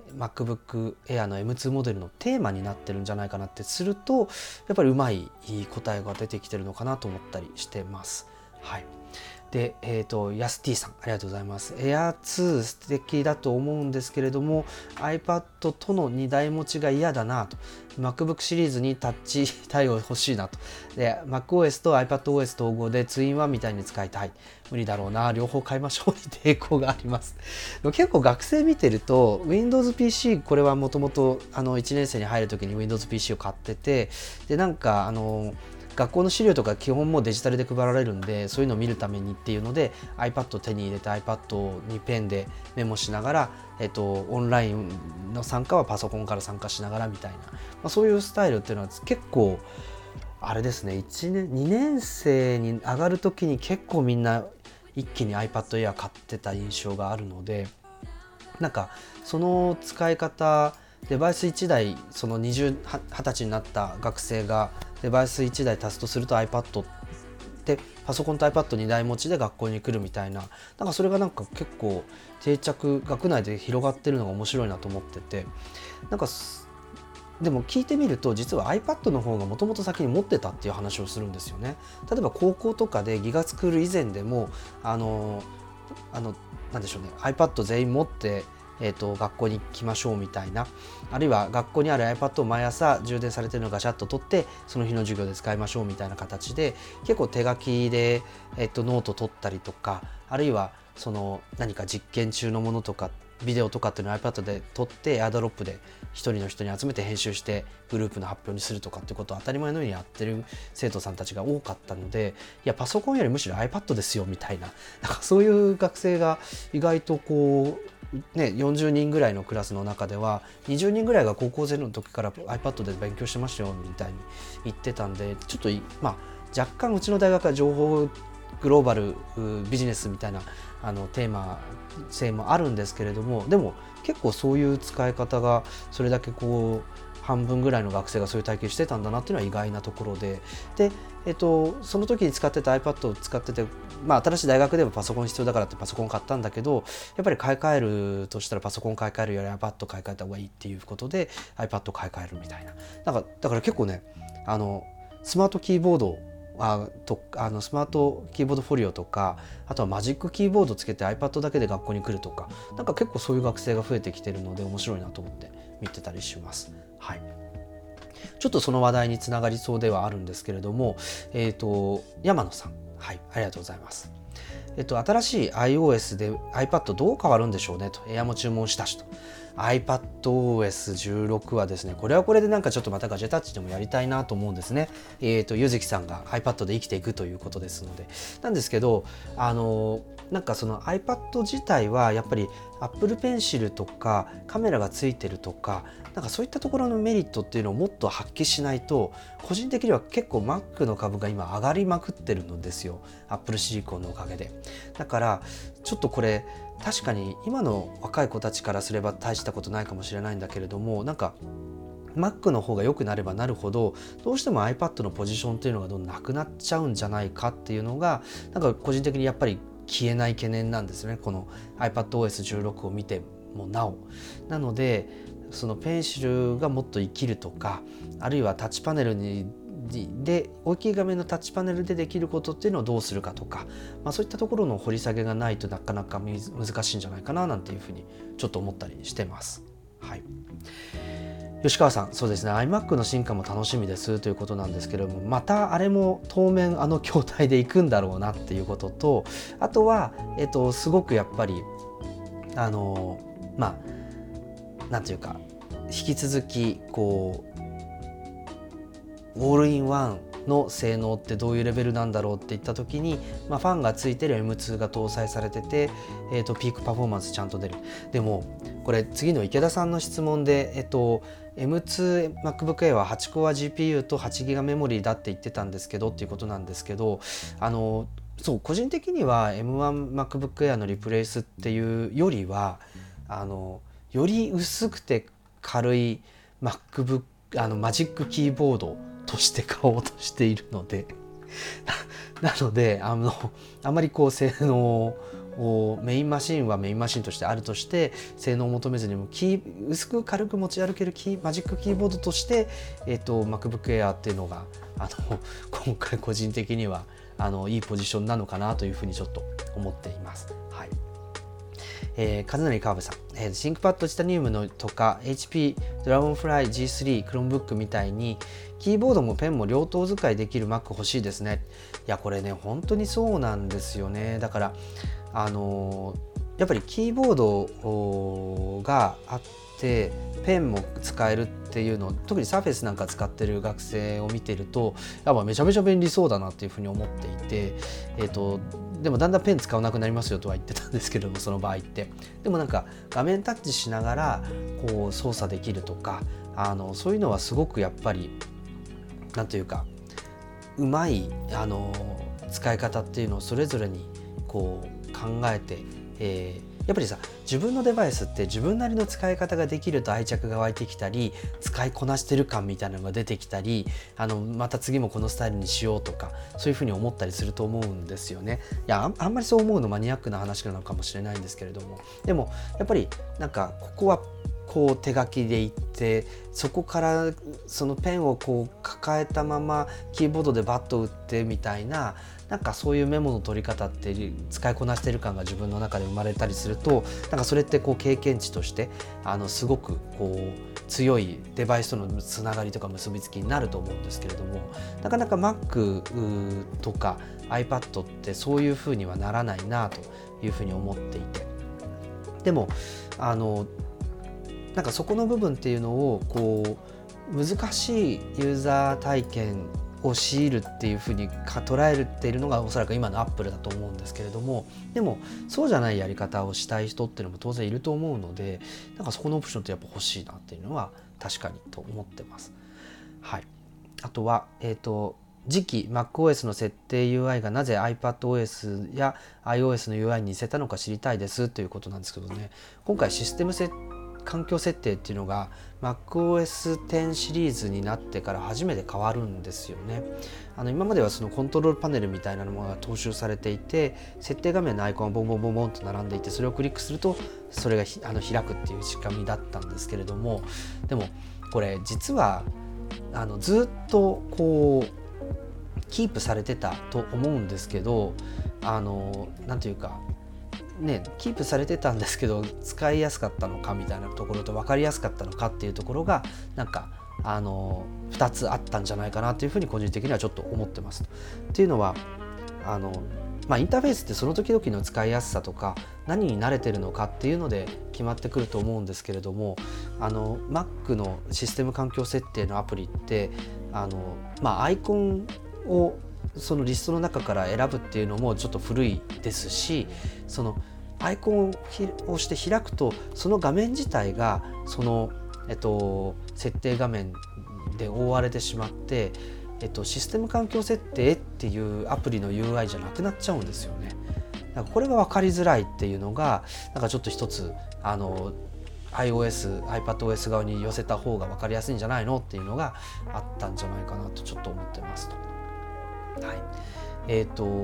MacBook Air の エムツー モデルのテーマになってるんじゃないかなってすると、やっぱりうまい答えが出てきてるのかなと思ったりしてます。はい。で、えーと、ヤスティさん、ありがとうございます。エアツー 素敵だと思うんですけれども、iPad とのにだい持ちが嫌だなと。MacBook シリーズにタッチ対応欲しいなと。で、MacOS と iPadOS 統合でツインワンみたいに使いたい。無理だろうな、両方買いましょうに抵抗があります。結構学生見てると、Windows ピーシー、これはもともといちねん生に入るときに Windows ピーシー を買ってて、で、なんか、あの、学校の資料とか基本もデジタルで配られるんで、そういうのを見るためにっていうので iPad を手に入れて iPad にペンでメモしながら、えっと、オンラインの参加はパソコンから参加しながらみたいな、まあ、そういうスタイルっていうのは結構あれですね、いちねんにねん生に上がる時に結構みんな一気に iPad Air 買ってた印象があるので、なんかその使い方デバイスいちだいそのにじゅう、はたちになった学生がデバイスいちだい足すとすると iPadでパソコンと アイパッドにだい持ちで学校に来るみたいな、なんかそれがなんか結構定着学内で広がってるのが面白いなと思ってて、なんかでも聞いてみると実は iPad の方がもともと先に持ってたっていう話をするんですよね。例えば高校とかでギガスクール以前でもあのあのなんでしょうね iPad 全員持ってえー、と学校に来ましょうみたいな、あるいは学校にある iPad を毎朝充電されてるのをガシャッと取ってその日の授業で使いましょうみたいな形で結構手書きで、えー、とノート取ったりとか、あるいはその何か実験中のものとかビデオとかっていうのを iPad で撮ってエアドロップで一人の人に集めて編集してグループの発表にするとかってことを当たり前のようにやってる生徒さんたちが多かったので、いやパソコンよりむしろ iPad ですよみたいな、なんかそういう学生が意外とこうね、よんじゅうにんぐらいのクラスの中ではにじゅうにんぐらいが高校生の時から iPad で勉強してましたよみたいに言ってたんで、ちょっと、まあ、若干うちの大学は情報グローバルビジネスみたいなあのテーマ性もあるんですけれども、でも結構そういう使い方がそれだけこう半分ぐらいの学生がそういう体験してたんだなっていうのは意外なところで、で、えっと、その時に使ってた iPad を使ってて、まあ、新しい大学ではパソコン必要だからってパソコン買ったんだけど、やっぱり買い替えるとしたらパソコン買い替えるより iPad 買い替えた方がいいっていうことで iPad 買い替えるみたいな、なんかだから結構ねあのスマートキーボードあとあのスマートキーボードフォリオとか、あとはマジックキーボードつけて iPad だけで学校に来るとか、なんか結構そういう学生が増えてきてるので面白いなと思って見てたりします。はい、ちょっとその話題につながりそうではあるんですけれども、えーと、山野さん、はい、ありがとうございます。えっと、新しい iOS で iPad どう変わるんでしょうねと、エアも注文したしと。アイパッドオーエスじゅうろく はですね、これはこれでなんかちょっとまたガジェタッチでもやりたいなと思うんですね。えっと、ゆずきさんが iPad で生きていくということですので。なんですけど、あの、なんかその iPad 自体はやっぱり Apple Pencil とかカメラがついてるとか、なんかそういったところのメリットっていうのをもっと発揮しないと、個人的には結構 Mac の株が今上がりまくってるんですよ。Apple シリコンのおかげで。だからちょっとこれ確かに今の若い子たちからすれば大したことないかもしれないんだけれども、なんか Mac の方が良くなればなるほどどうしても iPad のポジションっていうのがどんどんなくなっちゃうんじゃないかっていうのが、なんか個人的にやっぱり消えない懸念なんですね、この アイパッドオーエスじゅうろく を見てもなお。なのでそのペンシルがもっと生きるとか、あるいはタッチパネルにで大きい画面のタッチパネルでできることっていうのをどうするかとか、まあ、そういったところの掘り下げがないとなかなか難しいんじゃないかななんていうふうにちょっと思ったりしてます。はい、吉川さん、そうですね iMac の進化も楽しみですということなんですけれども、またあれも当面あの筐体でいくんだろうなっていうことと、あとは、えっと、すごくやっぱりあのまあなんていうか引き続きこうオールインワンの性能ってどういうレベルなんだろうっていった時に、まあ、ファンがついてる エムツー が搭載されてて、えーと、ピークパフォーマンスちゃんと出る。でもこれ次の池田さんの質問で、えっと、エムツー MacBook Air ははちコア ジーピーユー とはちギガメモリーだって言ってたんですけどっていうことなんですけど、あのそう個人的には エムワン MacBook Air のリプレイスっていうよりはあのより薄くて軽い MacBook あのマジックキーボードとして買おうとしているのでなのであのあまりこう性能をメインマシンはメインマシンとしてあるとして性能を求めずにもキー薄く軽く持ち歩けるキーマジックキーボードとして、えーと、MacBook Air っていうのがあの今回個人的にはあのいいポジションなのかなというふうにちょっと思っています。はい、えー、和成川部さん、えー、シンクパッドチタニウムのとか エイチピー ドラゴンフライ ジースリー Chromebook みたいにキーボードもペンも両党使いできる Mac 欲しいですね。いやこれね本当にそうなんですよね。だからあのー、やっぱりキーボードがあってペンも使えるっていうのを特にサーフェスなんか使ってる学生を見てるとやっぱめちゃめちゃ便利そうだなっていうふうに思っていて、えーとでもだんだんペン使わなくなりますよとは言ってたんですけども、その場合ってでもなんか画面タッチしながらこう操作できるとかあのそういうのはすごくやっぱりなんというかうまいあの使い方っていうのをそれぞれにこう考えて、えーやっぱりさ、自分のデバイスって自分なりの使い方ができると愛着が湧いてきたり、使いこなしてる感みたいなのが出てきたり、あのまた次もこのスタイルにしようとか、そういうふうに思ったりすると思うんですよね。いや あ, あんまりそう思うのマニアックな話なのかもしれないんですけれども、でもやっぱりなんかここはこう手書きでいって、そこからそのペンをこう抱えたままキーボードでバッと打ってみたいな、なんかそういうメモの取り方って使いこなしてる感が自分の中で生まれたりすると、なんかそれってこう経験値としてあのすごくこう強いデバイスとのつながりとか結びつきになると思うんですけれども、なかなか Mac とか iPad ってそういうふうにはならないなというふうに思っていて、でもあのなんかそこの部分っていうのをこう難しいユーザー体験を強いるっていうふうに捉えているのがおそらく今のアップルだと思うんですけれども、でもそうじゃないやり方をしたい人っていうのも当然いると思うので、なんかそこのオプションってやっぱ欲しいなっていうのは確かにと思ってます。はい。あとはえっと次期 MacOS の設定 ユーアイ がなぜ iPadOS や iOS の ユーアイ に似せたのか知りたいですということなんですけどね、今回システム設定環境設定っていうのが マックオーエステン シリーズになってから初めて変わるんですよね。あの今まではそのコントロールパネルみたいなのが踏襲されていて、設定画面のアイコンがボンボンボンボンと並んでいて、それをクリックするとそれがあの開くっていう仕組みだったんですけれども、でもこれ実はあのずっとこうキープされてたと思うんですけど、あのなんていうかね、キープされてたんですけど使いやすかったのかみたいなところと分かりやすかったのかっていうところがなんかあのふたつあったんじゃないかなというふうに個人的にはちょっと思ってます。っていうのはあの、まあ、インターフェースってその時々の使いやすさとか何に慣れてるのかっていうので決まってくると思うんですけれども、あの Mac のシステム環境設定のアプリってあの、まあ、アイコンをそのリストの中から選ぶっていうのもちょっと古いですし、そのアイコンを押して開くとその画面自体がその、えっと、設定画面で覆われてしまって、えっと、システム環境設定っていうアプリの ユーアイ じゃなくなっちゃうんですよね。なんかこれが分かりづらいっていうのがなんかちょっと一つあの iOS、iPadOS 側に寄せた方が分かりやすいんじゃないのっていうのがあったんじゃないかなとちょっと思ってますと。はい、えっ、ー、と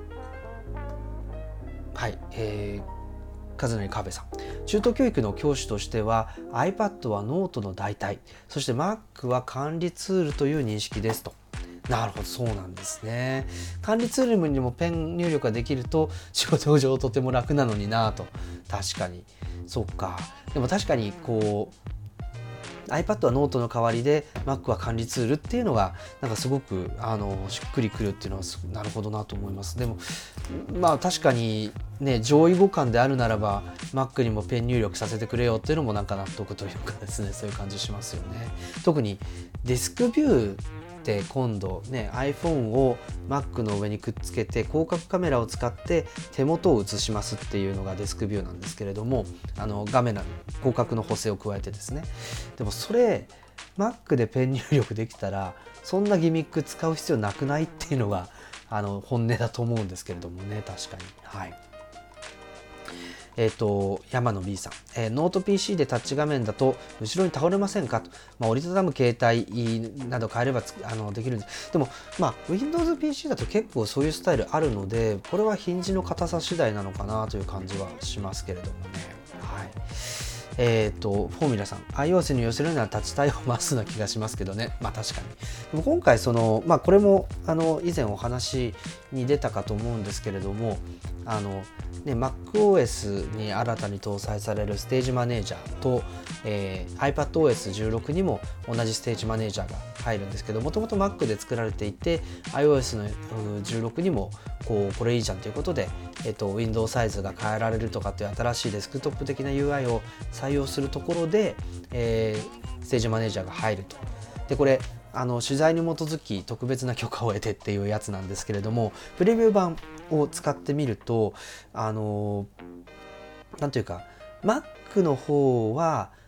はい、えー、カズナリカベさん、中等教育の教師としては iPad はノートの代替、そして Mac は管理ツールという認識ですと。なるほど、そうなんですね。管理ツールにもペン入力ができると仕事上とても楽なのになと。確かにそうか。でも確かにこうiPad はノートの代わりで Mac は管理ツールっていうのがなんかすごくあのしっくりくるっていうのはなるほどなと思います。でもまあ確かにね、上位互換であるならば Mac にもペン入力させてくれよっていうのもなんか納得というかですね、そういう感じしますよね。特にデスクビューって今度ね iPhone を Mac の上にくっつけて広角カメラを使って手元を映しますっていうのがデスクビューなんですけれども、あの画面の広角の補正を加えてですね。でもそれ Mac でペン入力できたらそんなギミック使う必要なくないっていうのがあの本音だと思うんですけれどもね、確かに。はい。えっ、ー、と山野 B さん、えー、ノート ピーシー でタッチ画面だと後ろに倒れませんかと、まあ、折りたたむ携帯など変えればあのできるんです。でも、まあ、Windows ピーシー だと結構そういうスタイルあるので、これはヒンジの硬さ次第なのかなという感じはしますけれどもね。はい。えっ、ー、とフォーミュラさん、 iOS に寄せるならタッチ対応マスな気がしますけどね。まあ確かに。でも今回その、まあ、これもあの以前お話に出たかと思うんですけれども、あのね、MacOS に新たに搭載されるステージマネージャーと、えー、アイパッドオーエスじゅうろく にも同じステージマネージャーが入るんですけど、もともと Mac で作られていて iOS のじゅうろくにもこうこれいいじゃんということで、えーと、ウィンドウサイズが変えられるとかっていう新しいデスクトップ的な ユーアイ を採用するところで、えー、ステージマネージャーが入ると。でこれあの取材に基づき特別な許可を得てっていうやつなんですけれども、プレビュー版を使ってみるとあのなんというか Mac の方は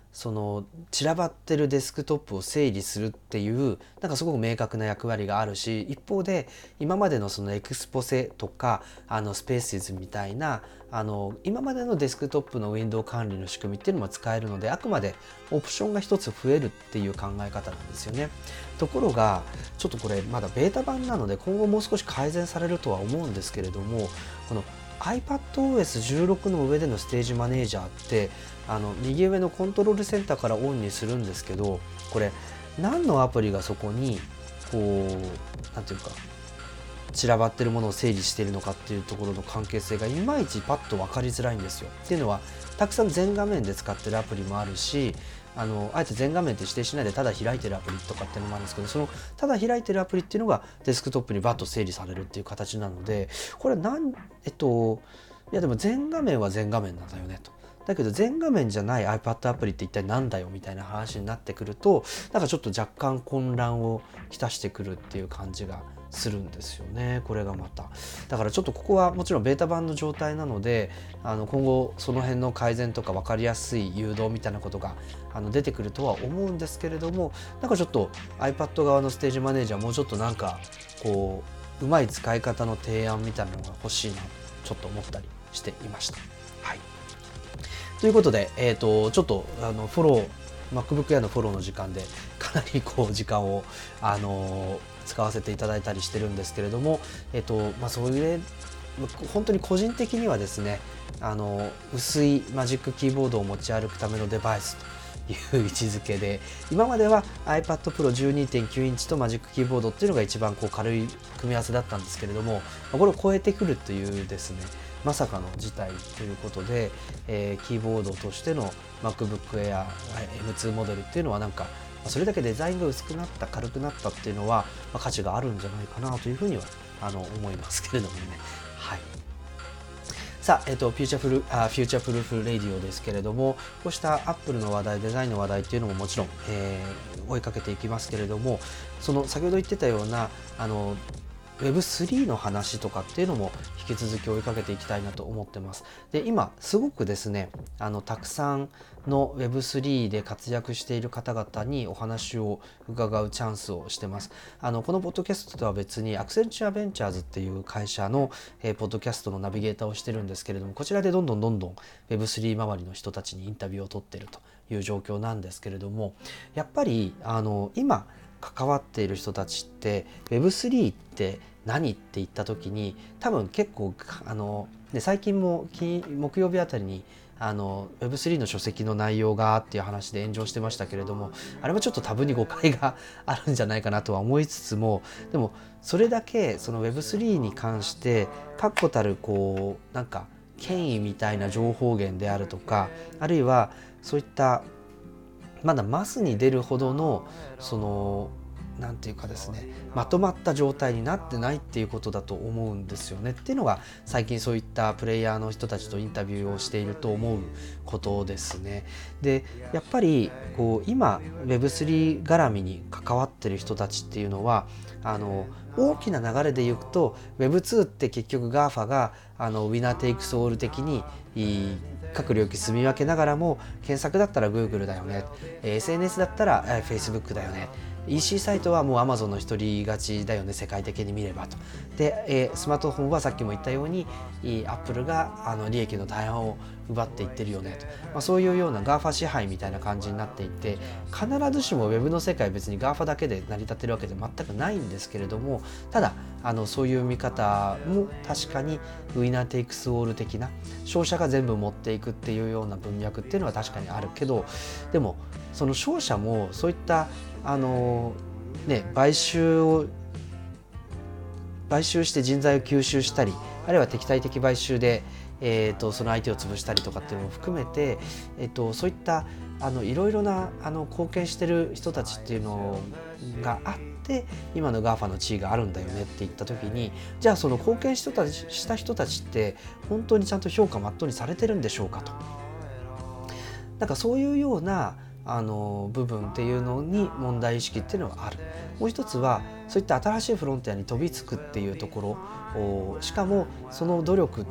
その散らばってるデスクトップを整理するっていうなんかすごく明確な役割があるし、一方で今までのそのエクスポセとかあのスペーシズみたいなあの今までのデスクトップのウィンドウ管理の仕組みっていうのも使えるので、あくまでオプションが一つ増えるっていう考え方なんですよね。ところがちょっとこれまだベータ版なので今後もう少し改善されるとは思うんですけれども、この アイパッドオーエスじゅうろく の上でのステージマネージャーってあの右上のコントロールセンターからオンにするんですけど、これ何のアプリがそこにこうなんていうか散らばってるものを整理しているのかっていうところの関係性がいまいちパッと分かりづらいんですよ。っていうのはたくさん全画面で使ってるアプリもあるし、あのあえて全画面って指定しないでただ開いてるアプリとかっていうのもあるんですけど、そのただ開いてるアプリっていうのがデスクトップにバッと整理されるっていう形なので、これなんえっといやでも全画面は全画面なんだよねと。だけど全画面じゃない iPad アプリって一体なんだよみたいな話になってくると、なんかちょっと若干混乱をきたしてくるっていう感じがするんですよね、これがまた。だからちょっとここはもちろんベータ版の状態なので、あの今後その辺の改善とか分かりやすい誘導みたいなことがあの出てくるとは思うんですけれども、なんかちょっと iPad 側のステージマネージャーもうちょっとなんかこううまい使い方の提案みたいなのが欲しいなとちょっと思ったりしていました。はい、ということで、えー、とちょっとあのフォロー MacBook Air のフォローの時間でかなりこう時間を、あのー、使わせていただいたりしてるんですけれども、えーとまあ、それ本当に個人的にはですね、あの薄いマジックキーボードを持ち歩くためのデバイスという位置づけで、今までは iPad Pro じゅうにてんきゅうインチとマジックキーボードっていうのが一番こう軽い組み合わせだったんですけれども、これを超えてくるというですねまさかの事態ということで、えー、キーボードとしての MacBook Air エムツー モデルっていうのはなんかそれだけデザインが薄くなった軽くなったっていうのは、まあ、価値があるんじゃないかなというふうにはあの思いますけれどもね。はい、さあ、えっと、フューチャーフル、あ、フューチャープルーフレディオですけれども、こうしたアップルの話題、デザインの話題っていうのももちろん、えー、追いかけていきますけれども、その先ほど言ってたようなあのウェブスリー の話とかっていうのも引き続き追いかけていきたいなと思ってます。で、今すごくですね、あのたくさんの ウェブスリー で活躍している方々にお話を伺うチャンスをしてます。あのこのポッドキャストとは別にアクセンチュアベンチャーズっていう会社の、えー、ポッドキャストのナビゲーターをしてるんですけれども、こちらでどんどんどんどん ウェブスリー 周りの人たちにインタビューを取っているという状況なんですけれども、やっぱりあの今関わっている人たちって ウェブスリー って何って言った時に多分結構あの、ね、最近も木曜日あたりにあの ウェブスリー の書籍の内容がっていう話で炎上してましたけれども、あれもちょっと多分に誤解があるんじゃないかなとは思いつつも、でもそれだけその ウェブスリー に関して確固たるこうなんか権威みたいな情報源であるとか、あるいはそういったまだマスに出るほどのそのなんていうかですね、まとまった状態になってないっていうことだと思うんですよねっていうのが最近そういったプレイヤーの人たちとインタビューをしていると思うことですね。でやっぱりこう今 ウェブスリー 絡みに関わってる人たちっていうのはあの大きな流れでいくと ウェブツー って結局 ガーファ があのウィナーテイクスオール的に各領域住み分けながらも、検索だったら Google だよね、 エスエヌエス だったら Facebook だよね、 イーシー サイトはもう Amazon の一人勝ちだよね世界的に見ればと。で、えー、スマートフォンはさっきも言ったように Apple があの利益の大半を奪っていってるよねと、まあ、そういうような ガーファ 支配みたいな感じになっていて、必ずしも Web の世界別に ガーファ だけで成り立ってるわけで全くないんですけれども、ただあのそういう見方も確かにウィナーテイクスオール的な、商社が全部持っていくっていうような文脈っていうのは確かにあるけど、でもその商社もそういったあの、ね、買収を買収して人材を吸収したり、あるいは敵対的買収で、えー、とその相手を潰したりとかっていうのも含めて、えー、とそういったあのいろいろなあの貢献してる人たちっていうのがあって今の ガーファ の地位があるんだよねって言った時に、じゃあその貢献したした人たちって本当にちゃんと評価まっとうにされてるんでしょうかと。なんかそういうようなあの部分っていうのに問題意識っていうのがある。もう一つはそういった新しいフロンティアに飛びつくっていうところ、しかもその努力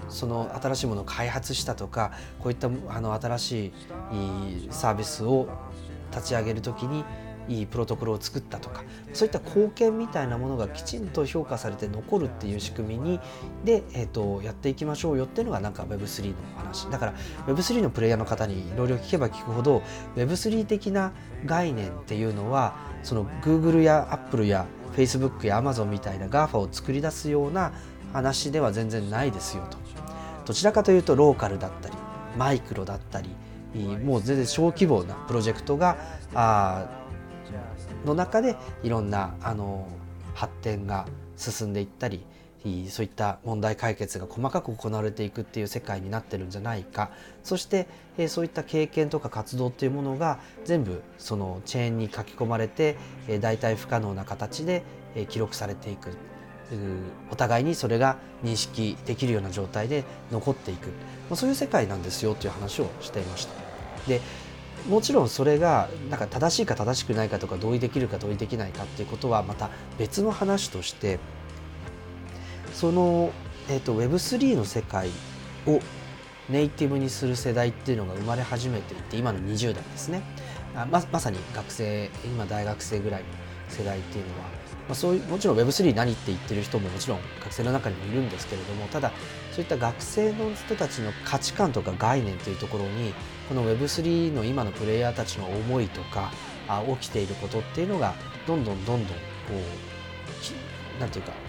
その新しいものを開発したとか、こういったあの新しいサービスを立ち上げるときにいいプロトコルを作ったとか、そういった貢献みたいなものがきちんと評価されて残るっていう仕組みにで、えー、とやっていきましょうよっていうのがなんか ウェブスリー の話だから、 ウェブスリー のプレイヤーの方にいろいろ聞けば聞くほど ウェブスリー 的な概念っていうのはその Google や Apple や Facebook や Amazon みたいな ガーファ を作り出すような話では全然ないですよと。どちらかというとローカルだったりマイクロだったり、もう全然小規模なプロジェクトがあの中でいろんなあの発展が進んでいったり、そういった問題解決が細かく行われていくっていう世界になってるんじゃないか。そしてそういった経験とか活動っていうものが全部そのチェーンに書き込まれて代替不可能な形で記録されていく、お互いにそれが認識できるような状態で残っていく、そういう世界なんですよという話をしていました。でもちろんそれがなんか正しいか正しくないかとか同意できるか同意できないかっていうことはまた別の話として、その、えーと、ウェブスリー の世界をネイティブにする世代っていうのが生まれ始めていて、今のにじゅう代ですね。あ ま, まさに学生、今大学生ぐらいの世代っていうのは、まあ、そういうもちろん ウェブスリー 何って言ってる人ももちろん学生の中にもいるんですけれども、ただそういった学生の人たちの価値観とか概念というところにこの ウェブスリー の今のプレイヤーたちの思いとかあ起きていることっていうのがどんどんどんどんこうなんていうか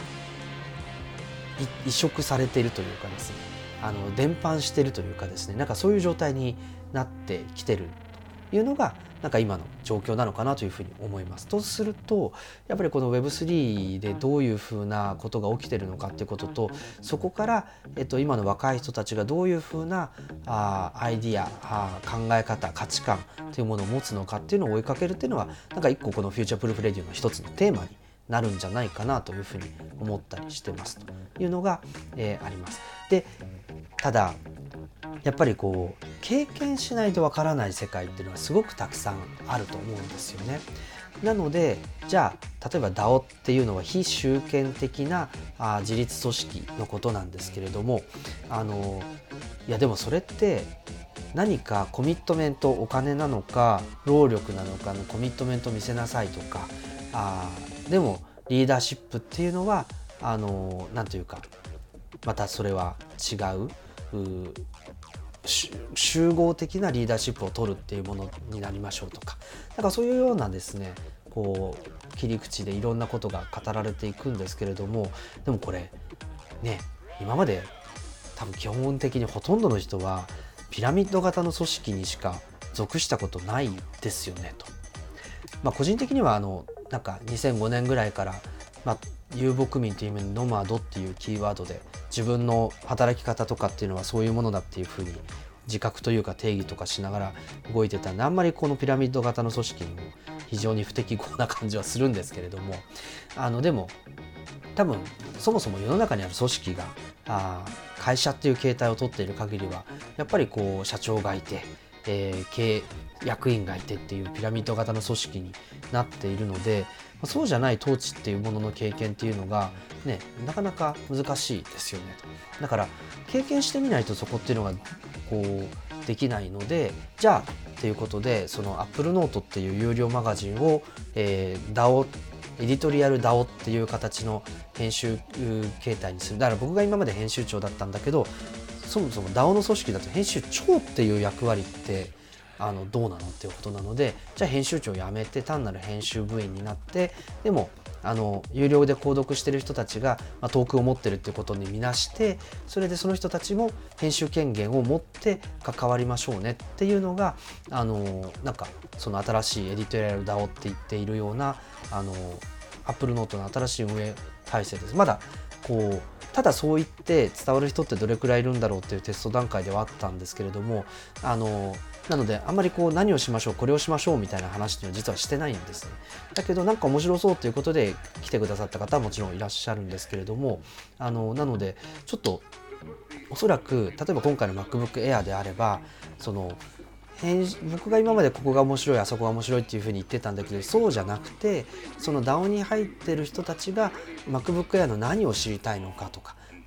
移植されているというかですね、あの伝播しているというかですね、なんかそういう状態になってきてるというのがなんか今の状況なのかなというふうに思います。とするとやっぱりこの ウェブスリー でどういうふうなことが起きているのかっていうことと、そこから、えっと、今の若い人たちがどういうふうなあアイディアあ考え方価値観というものを持つのかっていうのを追いかけるっていうのはなんか一個このフューチャープルーフレディオの一つのテーマになるんじゃないかなというふうに思ったりしてますというのが、えー、あります。でただやっぱりこう経験しないとわからない世界っていうのはすごくたくさんあると思うんですよね。なのでじゃあ例えば ダオ っていうのは非集権的なあ自立組織のことなんですけれども、あのいやでもそれって何かコミットメント、お金なのか労力なのかのコミットメントを見せなさいとか、あでもリーダーシップっていうのはあのなんというかまたそれは違う、う集合的なリーダーシップを取るっていうものになりましょうとか、なんかそういうようなですねこう切り口でいろんなことが語られていくんですけれども、でもこれね今まで多分基本的にほとんどの人はピラミッド型の組織にしか属したことないですよねと。まあ、個人的にはあのなんかにせんごねんぐらいから、まあ、遊牧民という意味のノマドっていうキーワードで自分の働き方とかっていうのはそういうものだっていうふうに自覚というか定義とかしながら動いてたんで、あんまりこのピラミッド型の組織にも非常に不適合な感じはするんですけれども、あのでも多分そもそも世の中にある組織があ会社っていう形態をとっている限りはやっぱりこう社長がいて、えー、経営役員がいてっていうピラミッド型の組織になっているので、そうじゃない統治っていうものの経験っていうのがねなかなか難しいですよね。だから経験してみないとそこっていうのがこうできないので、じゃあということでその Apple Note っていう有料マガジンを、えー、ダオ エディトリアル ダオ っていう形の編集形態にする。だから僕が今まで編集長だったんだけど、そもそも ダオ の組織だと編集長っていう役割ってあのどうなのっていうことなので、じゃあ編集長を辞めて単なる編集部員になって、でもあの有料で購読してる人たちが、まあ、トークを持ってるっていうことに見なして、それでその人たちも編集権限を持って関わりましょうねっていうのがあのなんかその新しいエディトリアル ダオ って言っているようなあの Apple Note の新しい運営体制です。まだこうただそう言って伝わる人ってどれくらいいるんだろうっていうテスト段階ではあったんですけれども、あのなのであんまりこう何をしましょうこれをしましょうみたいな話っていうのは実はしてないんですね。だけどなんか面白そうということで来てくださった方はもちろんいらっしゃるんですけれども、あのなのでちょっとおそらく例えば今回の MacBook Air であればその僕が今までここが面白いあそこが面白いっていうふうに言ってたんだけど、そうじゃなくてその ダオ に入ってる人たちが MacBook Air の何を知りたいのかとか、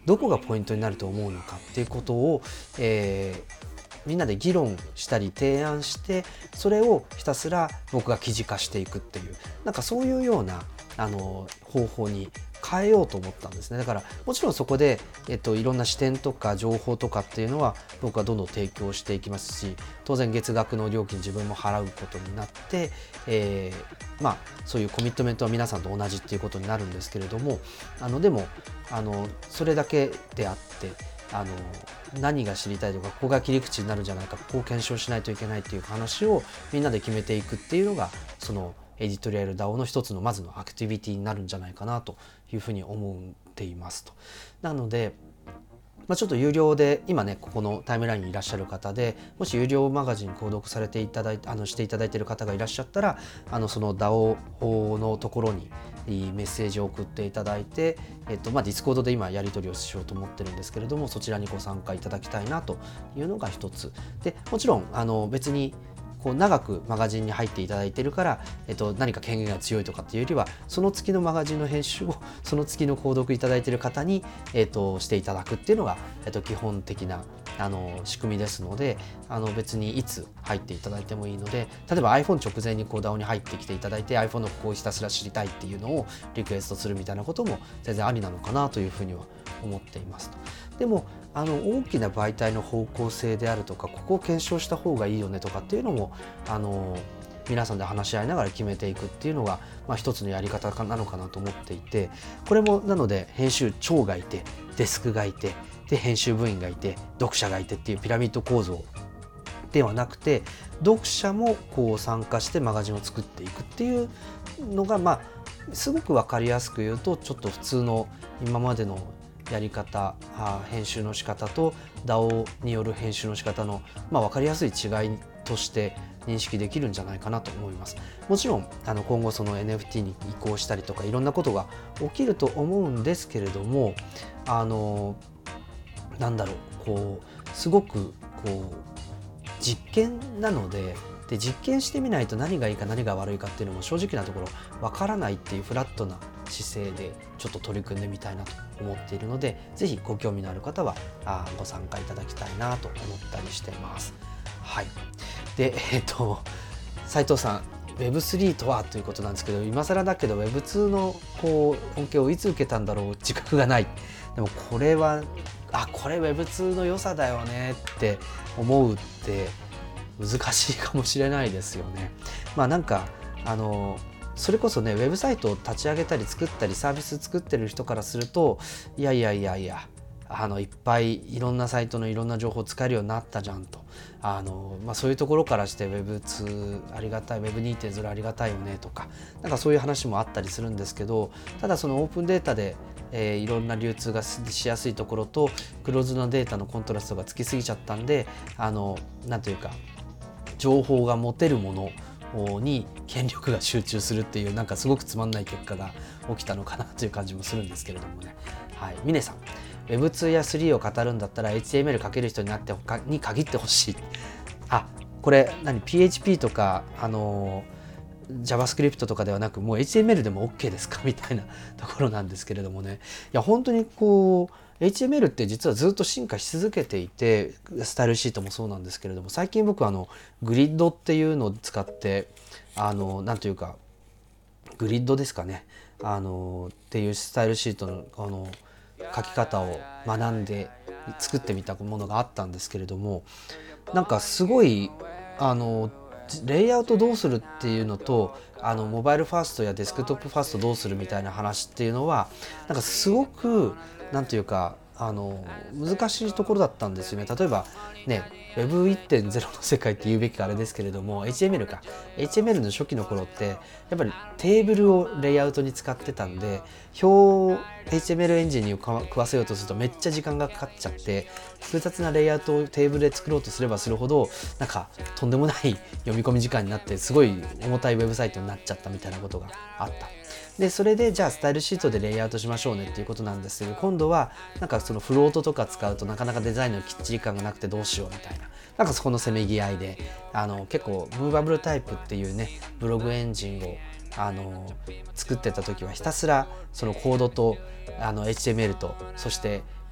どこがポイントになると思うのかっていうことを、えーみんなで議論したり提案して、それをひたすら僕が記事化していくっていう、なんかそういうようなあの方法に変えようと思ったんですね。だからもちろんそこで、えっと、いろんな視点とか情報とかっていうのは僕はどんどん提供していきますし、当然月額の料金自分も払うことになって、えー、まあそういうコミットメントは皆さんと同じっていうことになるんですけれども、あのでもあのそれだけであって、あの何が知りたいとか、ここが切り口になるんじゃないか、ここを検証しないといけないっていう話をみんなで決めていくっていうのが、そのエディトリアル ダオ の一つのまずのアクティビティになるんじゃないかなというふうに思っていますと。なので、まあ、ちょっと有料で今ねここのタイムラインにいらっしゃる方で、もし有料マガジン購読されていただいてあのしていただいている方がいらっしゃったら、あのその ダオ のところにメッセージを送っていただいて、えっとまあ、ディスコードで今やり取りをしようと思ってるんですけれども、そちらにご参加いただきたいなというのが一つで、もちろんあの別にこう長くマガジンに入っていただいているから、えっと、何か権限が強いとかっていうよりは、その月のマガジンの編集をその月の購読いただいている方に、えっと、していただくっていうのが、えっと、基本的なあの仕組みですので、あの別にいつ入っていただいてもいいので、例えば iPhone 直前にこう ダオ に入ってきていただいて iPhone のここをひたすら知りたいっていうのをリクエストするみたいなことも全然ありなのかなというふうには思っていますと。でもあの大きな媒体の方向性であるとか、ここを検証した方がいいよねとかっていうのもあの皆さんで話し合いながら決めていくっていうのが、まあ、一つのやり方なのかなと思っていて、これもなので編集長がいて、デスクがいて、で編集部員がいて、読者がいてっていうピラミッド構造ではなくて、読者もこう参加してマガジンを作っていくっていうのが、まあすごく分かりやすく言うと、ちょっと普通の今までのやり方、編集の仕方と ダオ による編集の仕方の、まあ、分かりやすい違いとして認識できるんじゃないかなと思います。もちろんあの今後その エヌエフティー に移行したりとかいろんなことが起きると思うんですけれども、あのなんだろう、こうすごくこう実験なので、で実験してみないと何がいいか何が悪いかっていうのも正直なところわからないっていうフラットな姿勢でちょっと取り組んでみたいなと思っているので、ぜひご興味のある方はあご参加いただきたいなと思ったりしてます。はい。で、えっと斉藤さん、ウェブスリー とはということなんですけど、今更だけど ウェブツー のこう恩恵をいつ受けたんだろう、自覚がない。でもこれはあこれ ウェブツー の良さだよねって思うって難しいかもしれないですよね。まあなんかあのそれこそね、ウェブサイトを立ち上げたり作ったりサービス作ってる人からすると、いやいやいやいやあのいっぱいいろんなサイトのいろんな情報を使えるようになったじゃんと、あの、まあ、そういうところからして ウェブツー ありがたい、ウェブにてんゼロ ありがたいよねとか、なんかそういう話もあったりするんですけど、ただそのオープンデータでえー、いろんな流通がしやすいところとクローズなデータのコントラストがつきすぎちゃったんで、あのなんというか情報が持てるものに権力が集中するっていう、なんかすごくつまんない結果が起きたのかなという感じもするんですけれどもね。はい、峰さん、ウェブツー やスリーを語るんだったら エイチティーエムエル 書ける人になってに限ってほしい。あ、これ何 ピーエイチピー とかあのーJavaScript とかではなく、もう エイチティーエムエル でも OK ですかみたいなところなんですけれどもね。いや本当にこう エイチティーエムエル って実はずっと進化し続けていて、スタイルシートもそうなんですけれども、最近僕はあのグリッドっていうのを使って、あのなんというかグリッドですかね、あのっていうスタイルシートのあの書き方を学んで作ってみたものがあったんですけれども、なんかすごいあのレイアウトどうするっていうのと、あのモバイルファーストやデスクトップファーストどうするみたいな話っていうのは、なんかすごくなんというかあの難しいところだったんですよね。例えばね ウェブいってんゼロ の世界って言うべきかあれですけれども、 エイチティーエムエル か エイチティーエムエル の初期の頃ってやっぱりテーブルをレイアウトに使ってたんで、表を エイチティーエムエル エンジンに食わせようとするとめっちゃ時間がかかっちゃって、複雑なレイアウトをテーブルで作ろうとすればするほどなんかとんでもない読み込み時間になって、すごい重たいウェブサイトになっちゃったみたいなことがあった。でそれでじゃあスタイルシートでレイアウトしましょうねっていうことなんですけど、今度はなんかそのフロートとか使うとなかなかデザインのきっちり感がなくてどうしようみたいな、なんかそこのせめぎ合いで、あの結構ムーバブルタイプっていうねブログエンジンをあの作ってた時はひたすらそのコードとあの エイチティーエムエル とそして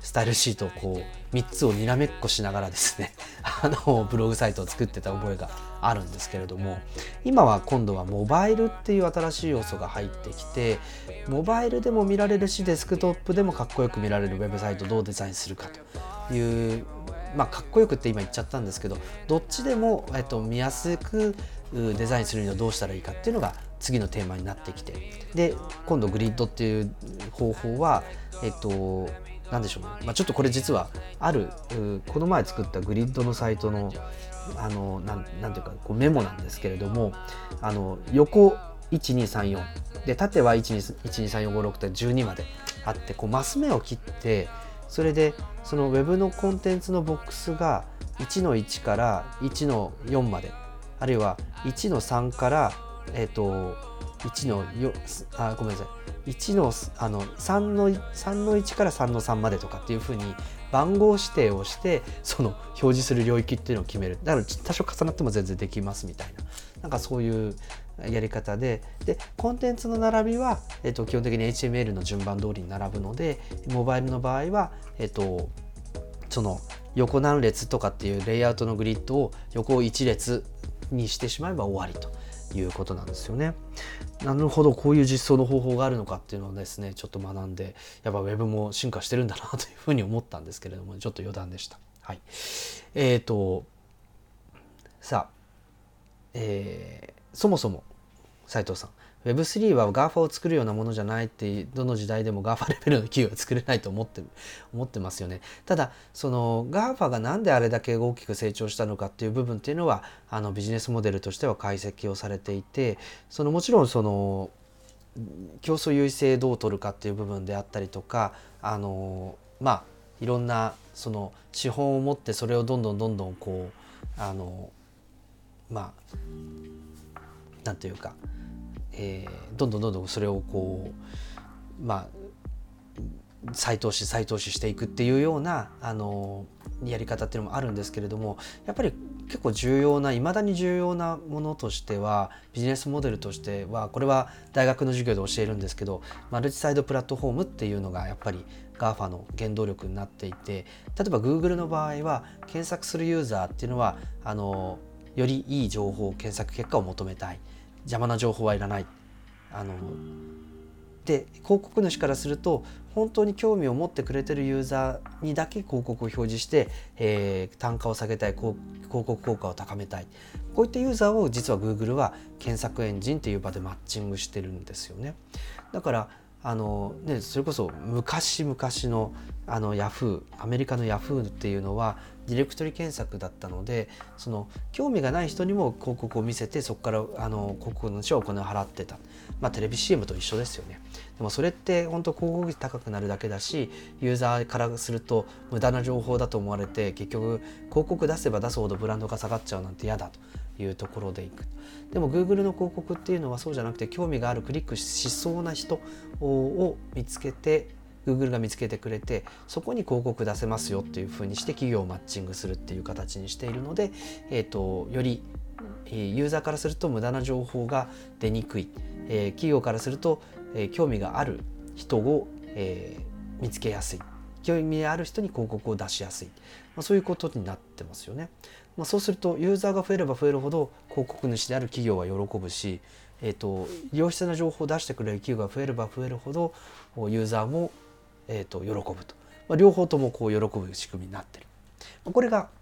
スタイルシートをこうみっつをにらめっこしながらですねあのブログサイトを作ってた覚えがあるんですけれども、今は今度はモバイルっていう新しい要素が入ってきて、モバイルでも見られるしデスクトップでもかっこよく見られるウェブサイトをどうデザインするかという、まあかっこよくって今言っちゃったんですけど、どっちでも、えっと、見やすくデザインするにはどうしたらいいかっていうのが次のテーマになってきて、で今度グリッドっていう方法はえっとなんでしょうね、まあ、ちょっとこれ実はあるこの前作ったグリッドのサイトのあのなんなんていうかこうメモなんですけれども、あの横いちにさんよんで縦はいちにさんよんごろくってじゅうにまであって、こうマス目を切って、それでそのウェブのコンテンツのボックスがいちのいちからいちのよんまで、あるいはいちのさんからえっといちのよあごめんなさいいちのあのさんのさんのいちからさんのさんまでとかっていう風に番号指定をしてその表示する領域っていうのを決める。だから多少重なっても全然できますみたいな、なんかそういうやり方で、でコンテンツの並びは、えっと、基本的に エイチティーエムエル の順番通りに並ぶので、モバイルの場合は、えっと、その横何列とかっていうレイアウトのグリッドを横いち列にしてしまえば終わりということなんですよね。なるほど、こういう実装の方法があるのかっていうのをですねちょっと学んで、やっぱウェブも進化してるんだなというふうに思ったんですけれども、ちょっと余談でした。はい。えーとさあ、えー、そもそも斉藤さん、ウェブスリー は ガーファ を作るようなものじゃないって、どの時代でも ガーファ レベルの企業は作れないと思って思ってますよね。ただその ガーファ がなんであれだけ大きく成長したのかっていう部分っていうのは、あのビジネスモデルとしては解析をされていて、そのもちろんその競争優位性どう取るかっていう部分であったりとか、あのまあいろんなその資本を持ってそれをどんどんどんどんこうあのまあなんていうか、えー、どんどんどんどんそれをこうまあ再投資再投資していくっていうようなあのやり方っていうのもあるんですけれども、やっぱり結構重要な、未だに重要なものとしては、ビジネスモデルとしては、これは大学の授業で教えるんですけど、マルチサイドプラットフォームっていうのがやっぱり ガーファ の原動力になっていて、例えば Google の場合は検索するユーザーっていうのはあのよりいい情報、検索結果を求めたい、邪魔な情報はいらない、あので広告主からすると本当に興味を持ってくれてるユーザーにだけ広告を表示して、えー、単価を下げたい、広告効果を高めたい、こういったユーザーを実は Google は検索エンジンっていう場でマッチングしてるんですよね。だからあの、ね、それこそ昔々のあのヤフー、アメリカのヤフーっていうのはディレクトリ検索だったので、その興味がない人にも広告を見せて、そこからあの広告主はお金を払ってた、まあ、テレビ シーエム と一緒ですよね。でもそれって本当広告費高くなるだけだし、ユーザーからすると無駄な情報だと思われて、結局広告出せば出すほどブランドが下がっちゃうなんて嫌だというところでいく。でも Google の広告っていうのはそうじゃなくて、興味がある、クリックしそうな人を見つけて、Google が見つけてくれて、そこに広告出せますよっていう風にして企業をマッチングするっていう形にしているので、えーと、よりユーザーからすると無駄な情報が出にくい、えー、企業からすると、えー、興味がある人を、えー、見つけやすい、興味がある人に広告を出しやすい、まあ、そういうことになってますよね。まあ、そうするとユーザーが増えれば増えるほど広告主である企業は喜ぶし、えーと、良質な情報を出してくれる企業が増えれば増えるほどユーザーもえー、と喜ぶと、まあ、両方ともこう喜ぶ仕組みになってる。これが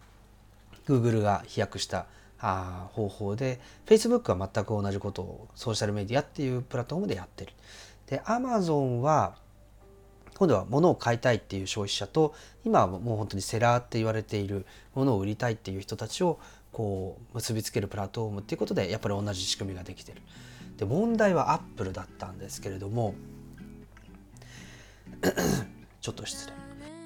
Google が飛躍したあ方法で、 Facebook は全く同じことをソーシャルメディアっていうプラットフォームでやってる。で Amazon は今度は物を買いたいっていう消費者と、今はもう本当にセラーって言われている物を売りたいっていう人たちをこう結びつけるプラットフォームっていうことで、やっぱり同じ仕組みができてる。で問題は Apple だったんですけれどもちょっと失礼。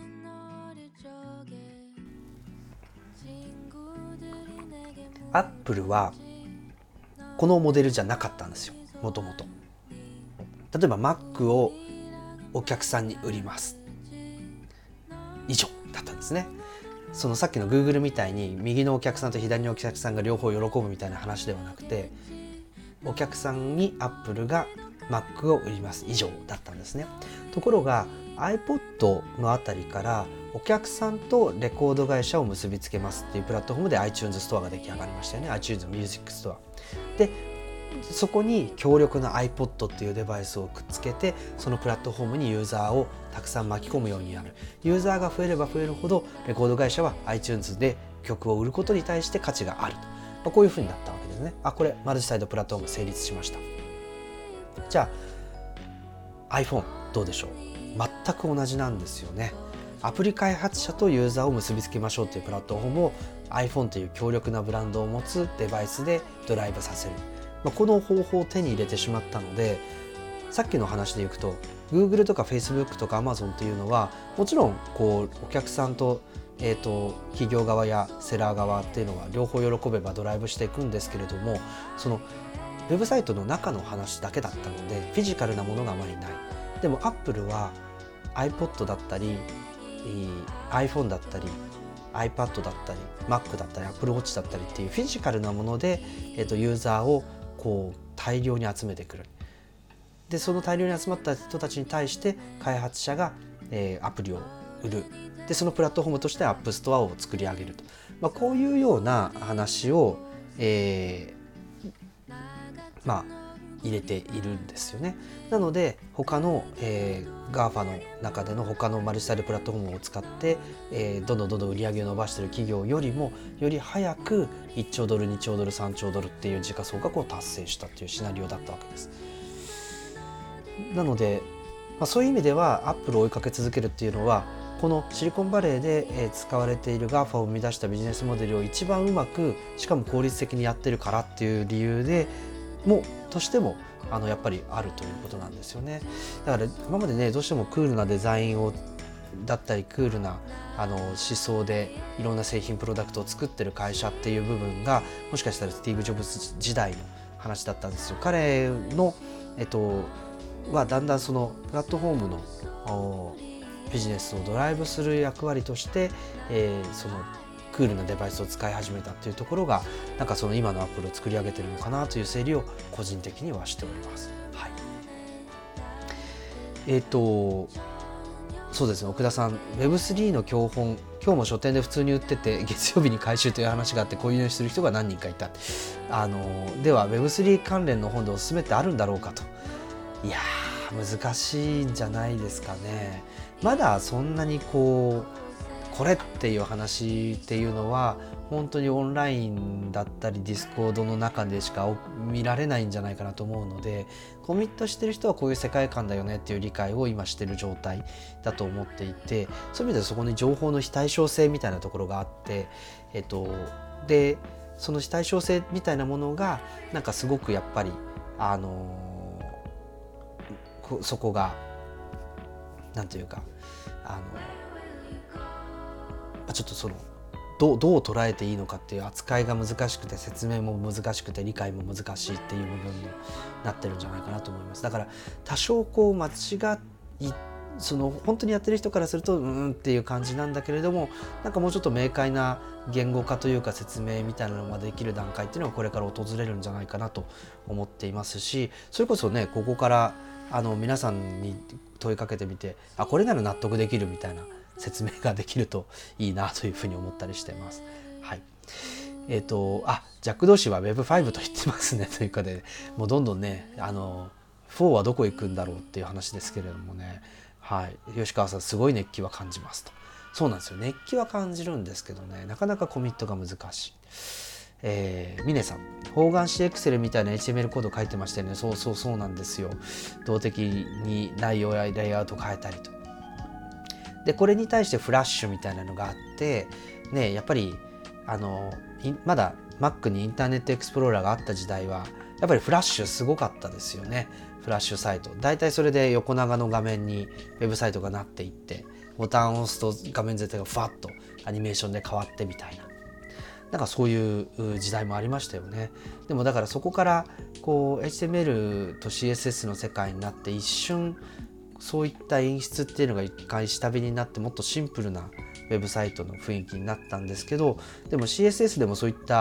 アップルはこのモデルじゃなかったんですよ、もともと。例えば Mac をお客さんに売ります以上だったんですね。そのさっきの Google みたいに右のお客さんと左のお客さんが両方喜ぶみたいな話ではなくて、お客さんに Apple が Mac を売ります以上だったんですね。ところが iPod のあたりからお客さんとレコード会社を結びつけますっていうプラットフォームで iTunes ストアが出来上がりましたよね。 iTunes ミュージックストアで、そこに強力な iPod っていうデバイスをくっつけて、そのプラットフォームにユーザーをたくさん巻き込むようになる。ユーザーが増えれば増えるほどレコード会社は iTunes で曲を売ることに対して価値があると、まあ、こういうふうになったわけですね。あ、これマルチサイドプラットフォーム成立しました。じゃあ iPhone どうでしょう。全く同じなんですよね。アプリ開発者とユーザーを結びつけましょうというプラットフォームを iPhone という強力なブランドを持つデバイスでドライブさせる、まあ、この方法を手に入れてしまったので、さっきの話でいくと Google とか Facebook とか Amazon っていうのはもちろんこうお客さんと、えーと企業側やセラー側っていうのは両方喜べばドライブしていくんですけれども、そのウェブサイトの中の話だけだったのでフィジカルなものがあまりない。でも Apple は iPod だったり iPhone だったり iPad だったり Mac だったり Apple Watch だったりっていうフィジカルなもので、えーとユーザーをこう大量に集めてくる。でその大量に集まった人たちに対して開発者が、えー、アプリを売る。でそのプラットフォームとして App Store を作り上げると、まあ、こういうような話を、えー、まあ入れているんですよね。なので他の、えー、ガーファ の中での他のマルチサイドプラットフォームを使って、えー、どんどんどんどん売り上げを伸ばしている企業よりもより早くいっちょうドルにちょうドルさんちょうドルっていう時価総額を達成したっていうシナリオだったわけです。なので、まあ、そういう意味ではアップルを追いかけ続けるっていうのはこのシリコンバレーで使われている ガーファ を生み出したビジネスモデルを一番うまくしかも効率的にやってるからっていう理由でもとしてもあのやっぱりあるということなんですよね。だから今までねどうしてもクールなデザインをだったりクールなあの思想でいろんな製品プロダクトを作ってる会社っていう部分がもしかしたらスティーブ・ジョブズ時代の話だったんですよ。彼のえっとはだんだんそのプラットフォームのビジネスをドライブする役割として、えー、そのクールなデバイスを使い始めたっていうところがなんかその今のアップルを作り上げてるのかなという整理を個人的にはしております。はい、えっ、ー、とそうですね、奥田さん ウェブスリー の教本今日も書店で普通に売ってて月曜日に回収という話があって購入する人が何人かいた。あのでは ウェブスリー 関連の本でおすすめってあるんだろうかと。いやー難しいんじゃないですかね。まだそんなにこうこれっていう話っていうのは本当にオンラインだったりディスコードの中でしか見られないんじゃないかなと思うので、コミットしてる人はこういう世界観だよねっていう理解を今してる状態だと思っていて、そういう意味ではそこに情報の非対称性みたいなところがあって、えっとでその非対称性みたいなものがなんかすごくやっぱりあのそこがなんていうかあのちょっとそのどう、どう捉えていいのかっていう扱いが難しくて説明も難しくて理解も難しいっていう部分になってるんじゃないかなと思います。だから多少こう間違いその本当にやってる人からするとうーんっていう感じなんだけれども、なんかもうちょっと明快な言語化というか説明みたいなのができる段階っていうのはこれから訪れるんじゃないかなと思っていますし、それこそねここからあの皆さんに問いかけてみて、あこれなら納得できるみたいな説明ができるといいなというふうに思ったりしています。はい。えっ、ー、とあジャック・ドーシーは ウェブファイブ と言ってますねというかで、もうどんどんねあのフォーはどこ行くんだろうっていう話ですけれどもね。はい。吉川さんすごい熱気は感じますと。そうなんですよ。熱気は感じるんですけどね、なかなかコミットが難しい。えー、ミネさん、方眼紙エクセルみたいな エイチティーエムエル コード書いてましたよね。そうそうそうなんですよ。動的に内容やレイアウト変えたりと。でこれに対してフラッシュみたいなのがあってね、やっぱりあのまだ Mac にインターネットエクスプローラーがあった時代はやっぱりフラッシュすごかったですよね。フラッシュサイトだいたいそれで横長の画面にウェブサイトがなっていって、ボタンを押すと画面全体がファッとアニメーションで変わってみたいな、なんかそういう時代もありましたよね。でもだからそこからこう エイチティーエムエル と シーエスエス の世界になって一瞬そういった演出っていうのが一回下火になってもっとシンプルなウェブサイトの雰囲気になったんですけど、でも シーエスエス でもそういった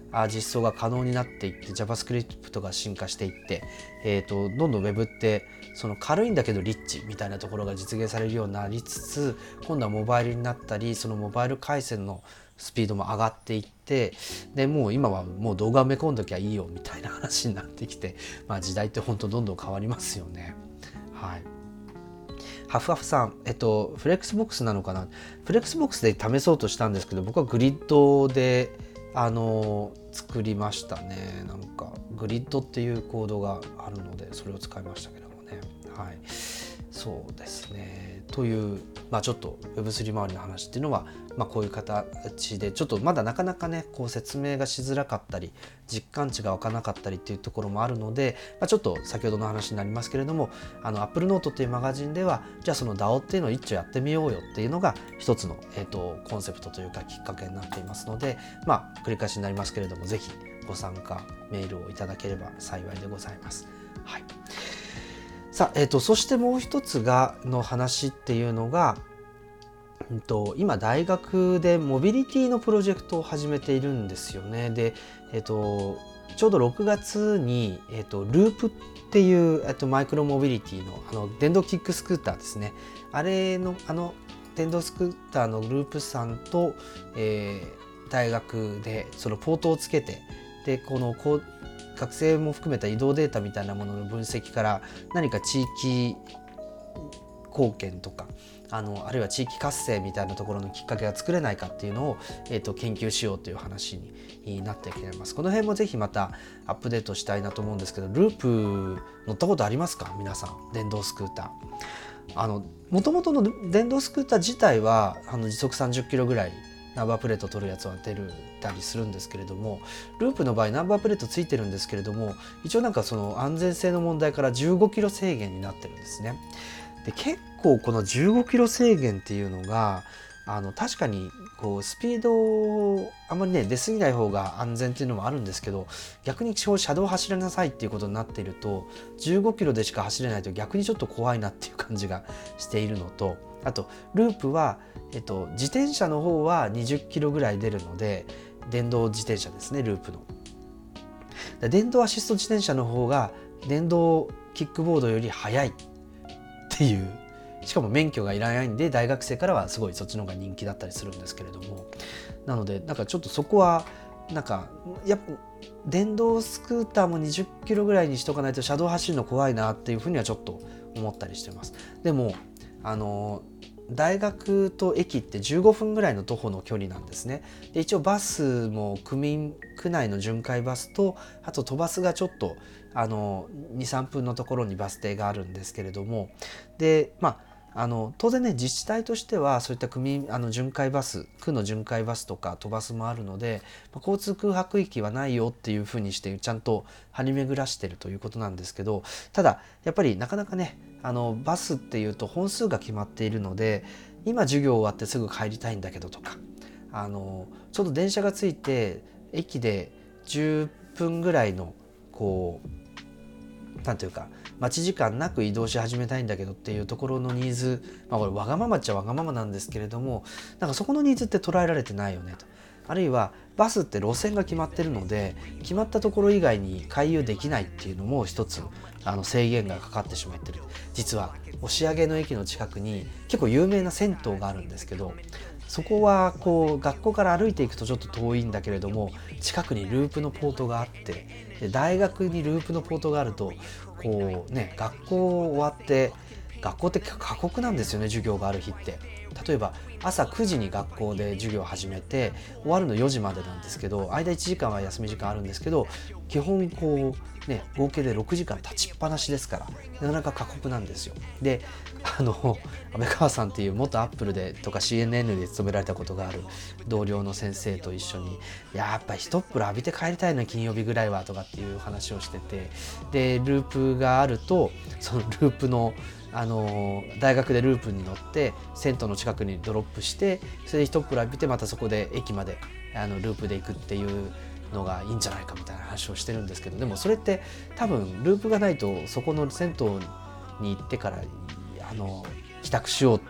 あ実装が可能になっていって JavaScript が進化していって、えー、とどんどん Web ってその軽いんだけどリッチみたいなところが実現されるようになりつつ、今度はモバイルになったり、そのモバイル回線のスピードも上がっていって、でもう今はもう動画埋め込んどきゃいいよみたいな話になってきて、まあ、時代って本当どんどん変わりますよね。はい。ハフハフさん、えっと、フレックスボックスなのかな、フレックスボックスで試そうとしたんですけど、僕はグリッドであの作りましたね。なんかグリッドっていうコードがあるのでそれを使いましたけどもね。はい、そうですね。という、まあ、ちょっと ウェブスリー 周りの話っていうのは、まあ、こういう形でちょっとまだなかなかねこう説明がしづらかったり実感値が湧かなかったりっていうところもあるので、まあ、ちょっと先ほどの話になりますけれども、あの Apple Note っていうマガジンではじゃあその ダオ っていうのを一丁やってみようよっていうのが一つの、えーと、コンセプトというかきっかけになっていますので、まあ繰り返しになりますけれども、ぜひご参加メールをいただければ幸いでございます。はい。さあ、えーと、そしてもう一つがの話っていうのが、うんと、今大学でモビリティのプロジェクトを始めているんですよね。で、えーと、ちょうどろくがつに、えーと、ループっていう、えーと、マイクロモビリティの、あの電動キックスクーターですね。あれのあの電動スクーターのループさんと、えー、大学でそのポートをつけて、でこのこう学生も含めた移動データみたいなものの分析から何か地域貢献とかあのあるいは地域活性みたいなところのきっかけが作れないかっていうのを、えーと、研究しようという話になってきています。この辺もぜひまたアップデートしたいなと思うんですけど、ループ乗ったことありますか皆さん？電動スクーター。あの元々の電動スクーター自体はあの時速さんじゅっキロぐらいナンバープレート取るやつは出るたりするんですけれども、ループの場合ナンバープレートついてるんですけれども、一応なんかその安全性の問題からじゅうごキロ制限になってるんですね。で結構このじゅうごキロ制限っていうのがあの確かにこうスピードをあんまりね出過ぎない方が安全っていうのもあるんですけど、逆に車道を走りなさいっていうことになっているとじゅうごキロでしか走れないと逆にちょっと怖いなっていう感じがしているのと、あとループは、えっと、自転車の方はにじゅっキロぐらい出るので、電動自転車ですね、ループの。電動アシスト自転車の方が電動キックボードより速いっていう、しかも免許がいらないんで大学生からはすごいそっちの方が人気だったりするんですけれども、なのでなんかちょっとそこはなんかやっぱ電動スクーターもにじゅっキロぐらいにしとかないと車道走るの怖いなっていうふうにはちょっと思ったりしてます。でもあの大学と駅ってじゅうごふんぐらいの徒歩の距離なんですね。で一応バスも区民区内の巡回バスと、あと都バスがちょっとあの にさんぷんのところにバス停があるんですけれども、でまああの当然ね自治体としてはそういった区民あの巡回バス区の巡回バスとか都バスもあるので、まあ、交通空白域はないよっていうふうにしてちゃんと張り巡らしてるということなんですけど、ただやっぱりなかなかねあのバスっていうと本数が決まっているので、今授業終わってすぐ帰りたいんだけどとか、あのちょっと電車がついて駅でじゅっぷんぐらいのこうなんというか待ち時間なく移動し始めたいんだけどっていうところのニーズ、まあこれわがままっちゃわがままなんですけれども、なんかそこのニーズって捉えられてないよねと。あるいはバスって路線が決まってるので決まったところ以外に回遊できないっていうのも一つあの制限がかかってしまってる。実は押上の駅の近くに結構有名な銭湯があるんですけど、そこはこう学校から歩いていくとちょっと遠いんだけれども近くにループのポートがあって、で大学にループのポートがあるとこうね学校終わって学校って過酷なんですよね、授業がある日って。例えば朝くじに学校で授業を始めて終わるのよじまでなんですけど、間いちじかんは休み時間あるんですけど、基本こうね合計でろくじかん立ちっぱなしですから、なかなか過酷なんですよ。であの安倍川さんっていう元アップルでとか シーエヌエヌ で勤められたことがある同僚の先生と一緒に、やっぱり一っ風呂浴びて帰りたいの金曜日ぐらいはとかっていう話をしてて、でループがあるとそのループのあの大学でループに乗って銭湯の近くにドロップして、それで一っ風呂浴びてまたそこで駅まであのループで行くっていうのがいいんじゃないかみたいな話をしてるんですけど、でもそれって多分ループがないとそこの銭湯に行ってからあの帰宅しようって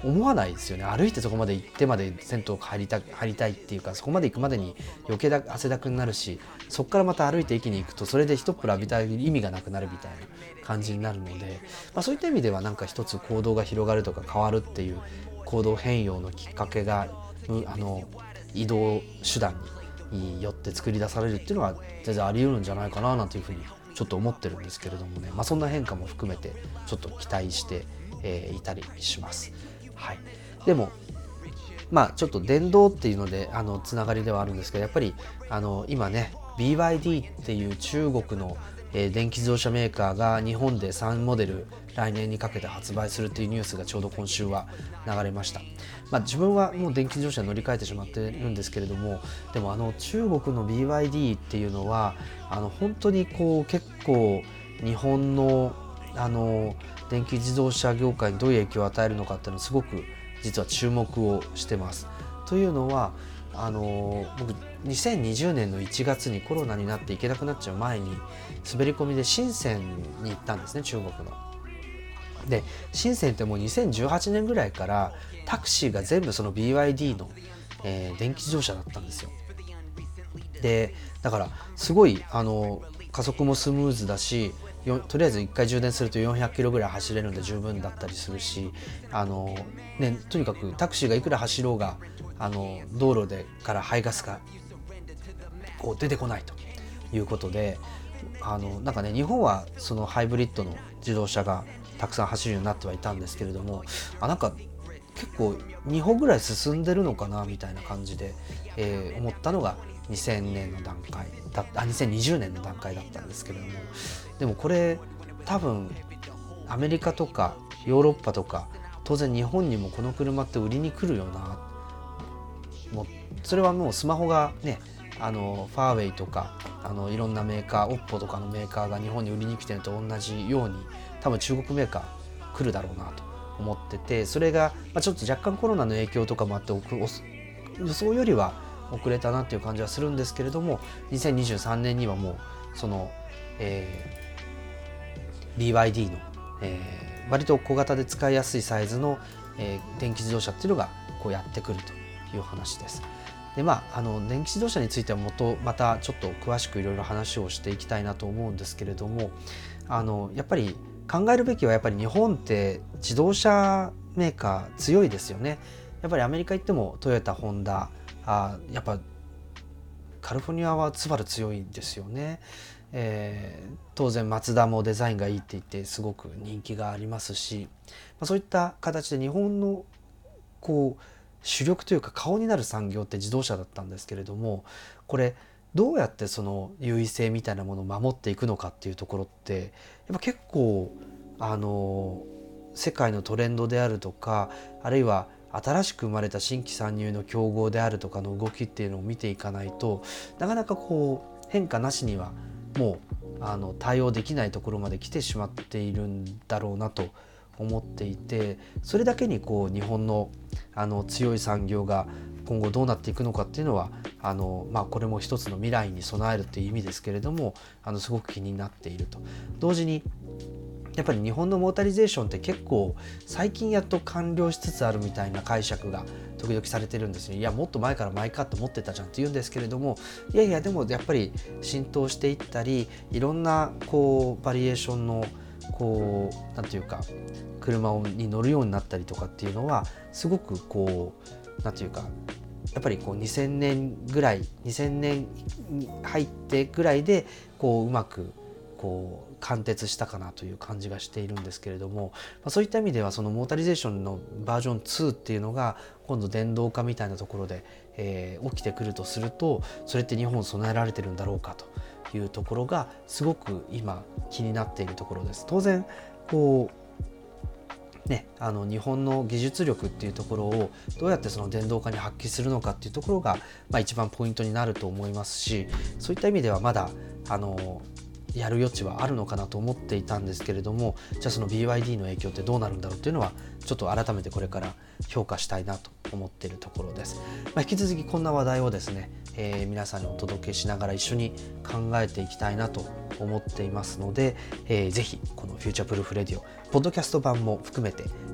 思わないですよね。歩いてそこまで行ってまで銭湯入りた入りたいっていうか、そこまで行くまでに余計だ汗だくになるし、そこからまた歩いて駅に行くとそれで一っ風呂浴びたい意味がなくなるみたいな感じになるので、まあ、そういった意味ではなんか一つ行動が広がるとか変わるっていう行動変容のきっかけがあの移動手段によって作り出されるっていうのは全然あり得るんじゃないかななんていうふうにちょっと思ってるんですけれどもね、まあ、そんな変化も含めてちょっと期待して、えー、いたりします。はい、でもまあちょっと電動っていうのであのつながりではあるんですけど、やっぱりあの今ね ビーワイディー っていう中国の、えー、電気自動車メーカーが日本でさんモデル来年にかけて発売するっていうニュースがちょうど今週は流れました。まあ、自分はもう電気自動車に乗り換えてしまってるんですけれども、でもあの中国の ビーワイディー っていうのはあの本当にこう結構日本のあの電気自動車業界にどういう影響を与えるのかっていうのをすごく実は注目をしてます。というのはあの僕にせんにじゅうねんのいちがつにコロナになって行けなくなっちゃう前に滑り込みで深センに行ったんですね、中国の。で深センってもうにせんじゅうはちねんぐらいからタクシーが全部その ビーワイディー の、えー、電気自動車だったんですよ。でだからすごいあの加速もスムーズだし、とりあえずいっかい充電するとよんひゃくキロぐらい走れるんで十分だったりするし、あの、ね、とにかくタクシーがいくら走ろうがあの道路でから排ガスがこう出てこないということで、あのなんかね日本はそのハイブリッドの自動車がたくさん走るようになってはいたんですけれども、あなんか結構にほんぐらい進んでるのかなみたいな感じで、えー、思ったのがにせんねんの段階だあにせんにじゅうねんの段階だったんですけれども、でもこれ多分アメリカとかヨーロッパとか当然日本にもこの車って売りに来るよな、もうそれはもうスマホがねあのファーウェイとかあのいろんなメーカー オッポ とかのメーカーが日本に売りに来てるのと同じように多分中国メーカー来るだろうなと思ってて、それが、まあ、ちょっと若干コロナの影響とかもあって予想よりは遅れたなっていう感じはするんですけれども、にせんにじゅうさんねんにはもうその、えー、ビーワイディー の、えー、割と小型で使いやすいサイズの、えー、電気自動車っていうのがこうやってくるという話です。でまあ、あの電気自動車についてはもとまたちょっと詳しくいろいろ話をしていきたいなと思うんですけれども、あのやっぱり考えるべきはやっぱり日本って自動車メーカー強いですよね。やっぱりアメリカ行ってもトヨタ、ホンダ、あやっぱカリフォルニアはスバル強いですよね。えー、当然マツダもデザインがいいって言ってすごく人気がありますし、まあ、そういった形で日本のこう主力というか顔になる産業って自動車だったんですけれども、これどうやってその優位性みたいなものを守っていくのかっていうところってやっぱ結構あの世界のトレンドであるとか、あるいは新しく生まれた新規参入の競合であるとかの動きっていうのを見ていかないとなかなかこう変化なしにはもうあの対応できないところまで来てしまっているんだろうなと思っていて、それだけにこう日本のあの強い産業が今後どうなっていくのかっていうのはあの、まあ、これも一つの未来に備えるという意味ですけれども、あのすごく気になっていると同時にやっぱり日本のモータリゼーションって結構最近やっと完了しつつあるみたいな解釈が時々されてるんですね。いやもっと前から前かと思ってたじゃんって言うんですけれども、いやいやでもやっぱり浸透していったりいろんなこうバリエーションのこうなんていうか車に乗るようになったりとかっていうのはすごくこうなんていうかやっぱりこうにせんねんぐらいにせんねんに入ってぐらいでこううまくこう貫徹したかなという感じがしているんですけれども、まあ、そういった意味ではそのモータリゼーションのバージョンツーっていうのが今度電動化みたいなところで、えー、起きてくるとするとそれって日本備えられてるんだろうかというところがすごく今気になっているところです。当然こうね、あの日本の技術力っていうところをどうやってその電動化に発揮するのかっていうところが、まあ、一番ポイントになると思いますし、そういった意味ではまだあのやる余地はあるのかなと思っていたんですけれども、じゃあその ビーワイディー の影響ってどうなるんだろうっていうのはちょっと改めてこれから評価したいなと思っているところです。まあ、引き続きこんな話題をですね、えー、皆さんにお届けしながら一緒に考えていきたいなと思っていますので、えー、ぜひこのフューチャープルーフレディオポッドキャスト版も含めて、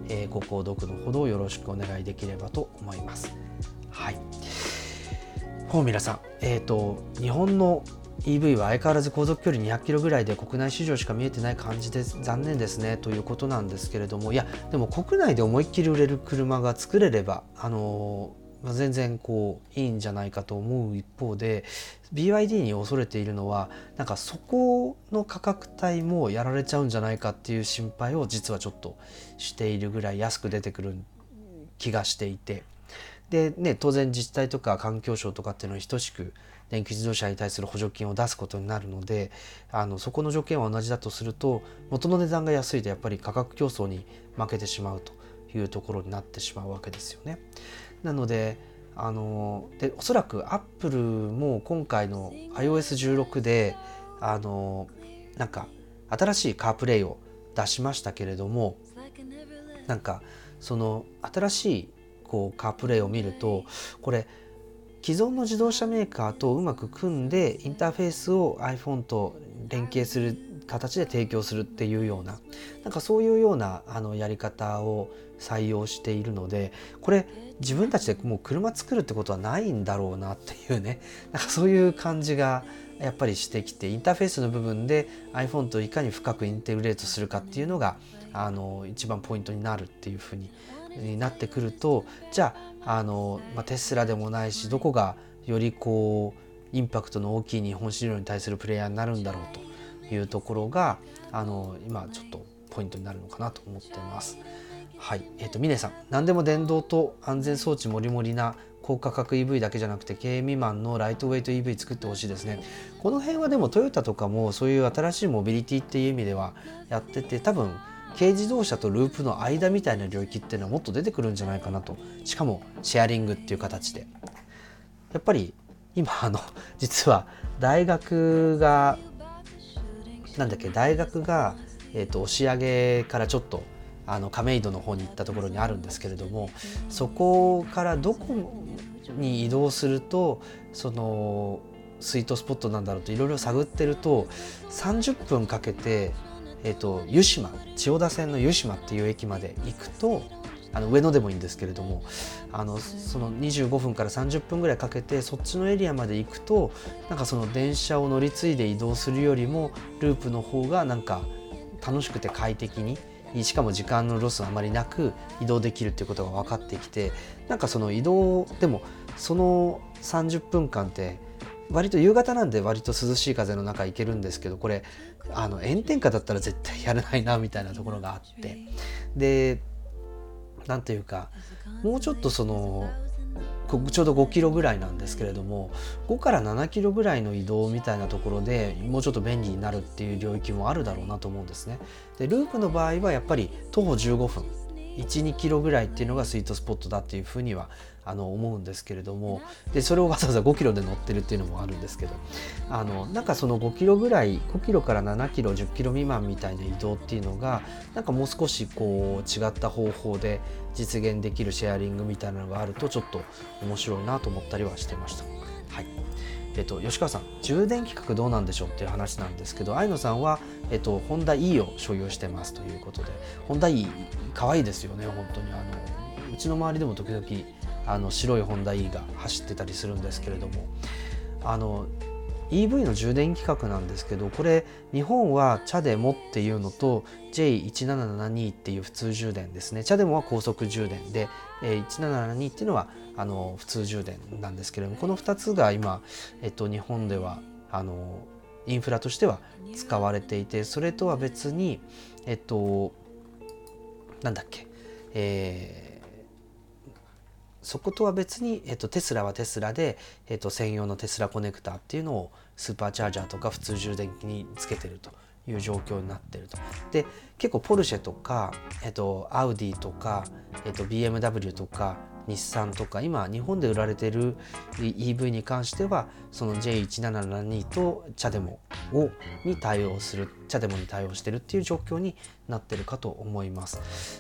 えー、ご購読のほどよろしくお願いできればと思います。はい。フォーミュラさん、えーと、日本の イーブイ は相変わらず航続距離にひゃくキロぐらいで国内市場しか見えてない感じです。残念ですねということなんですけれども、いやでも国内で思いっきり売れる車が作れればあのー、全然こういいんじゃないかと思う一方で ビーワイディー に恐れているのはなんかそこの価格帯もやられちゃうんじゃないかっていう心配を実はちょっとしているぐらい安く出てくる気がしていて、でね、当然自治体とか環境省とかっていうのは等しく電気自動車に対する補助金を出すことになるので、あのそこの条件は同じだとすると元の値段が安いとやっぱり価格競争に負けてしまうというところになってしまうわけですよね。なのであのでおそらくアップルも今回の アイオーエスじゅうろく であのなんか新しいカープレイを出しましたけれども、なんかその新しいこうカープレイを見るとこれ既存の自動車メーカーとうまく組んでインターフェースを iPhone と連携する形で提供するっていうようななんかそういうようなあのやり方を採用しているので、これ自分たちでもう車作るってことはないんだろうなっていうね、なんかそういう感じがやっぱりしてきて、インターフェースの部分で iPhone といかに深くインテグレートするかっていうのがあの一番ポイントになるっていうふうにになってくると、じゃあ、あの、まあ、テスラでもないしどこがよりこうインパクトの大きい日本市場に対するプレイヤーになるんだろうというところがあの今ちょっとポイントになるのかなと思っています。はい、えーと、ミネさん、何でも電動と安全装置もりもりな高価格 イーブイ だけじゃなくて軽未満のライトウェイト イーブイ 作ってほしいですね。この辺はでもトヨタとかもそういう新しいモビリティっていう意味ではやってて、多分軽自動車とループの間みたいな領域っていうのはもっと出てくるんじゃないかなと。しかもシェアリングっていう形でやっぱり今あの実は大学がなんだっけ大学が、えーと、押上からちょっとあの亀戸の方に行ったところにあるんですけれども、そこからどこに移動するとそのスイートスポットなんだろうといろいろ探ってるとさんじゅっぷんかけてえーと、湯島千代田線の湯島っていう駅まで行くと、あの上野でもいいんですけれども、あのそのにじゅうごふんからさんじゅっぷんぐらいかけてそっちのエリアまで行くと、なんかその電車を乗り継いで移動するよりもループの方がなんか楽しくて快適に、しかも時間のロスあまりなく移動できるっていうことが分かってきて、なんかその移動でもそのさんじゅっぷんかんって割と夕方なんで割と涼しい風の中行けるんですけど、これあの炎天下だったら絶対やれないなみたいなところがあって、でなんというかもうちょっとそのちょうどごキロぐらいなんですけれども、ごからななキロぐらいの移動みたいなところでもうちょっと便利になるっていう領域もあるだろうなと思うんですね。でループの場合はやっぱり徒歩じゅうごふん いちにキロぐらいっていうのがスイートスポットだっていうふうにはあの思うんですけれども、でそれをわざわざごキロで乗ってるっていうのもあるんですけど、あのなんかそのごキロぐらいごキロからななキロじゅっキロ未満みたいな移動っていうのがなんかもう少しこう違った方法で実現できるシェアリングみたいなのがあるとちょっと面白いなと思ったりはしてました。はい。えっと、吉川さん、充電規格どうなんでしょうっていう話なんですけど、愛野さんは、えっと、ホンダ E を所有してますということで、ホンダ E 可愛いですよね。本当にあのうちの周りでも時々あの白いホンダ E が走ってたりするんですけれども、あの イーブイ の充電規格なんですけど、これ日本はチャデモっていうのと ジェイいちななななに っていう普通充電ですね。チャデモは高速充電で、えー、いちななななにっていうのはあの普通充電なんですけれども、このふたつが今、えっと、日本ではあのインフラとしては使われていて、それとは別にえっとなんだっけ、えーそことは別に、えっと、テスラはテスラで、えっと、専用のテスラコネクタっていうのをスーパーチャージャーとか普通充電器につけてるという状況になってると。で結構ポルシェとか、えっと、アウディとか、えっと、ビーエムダブリュー とか日産とか今日本で売られている イーブイ に関してはその ジェイいちななななに とチャデモをに対応するチャデモに対応してるっていう状況になってるかと思います。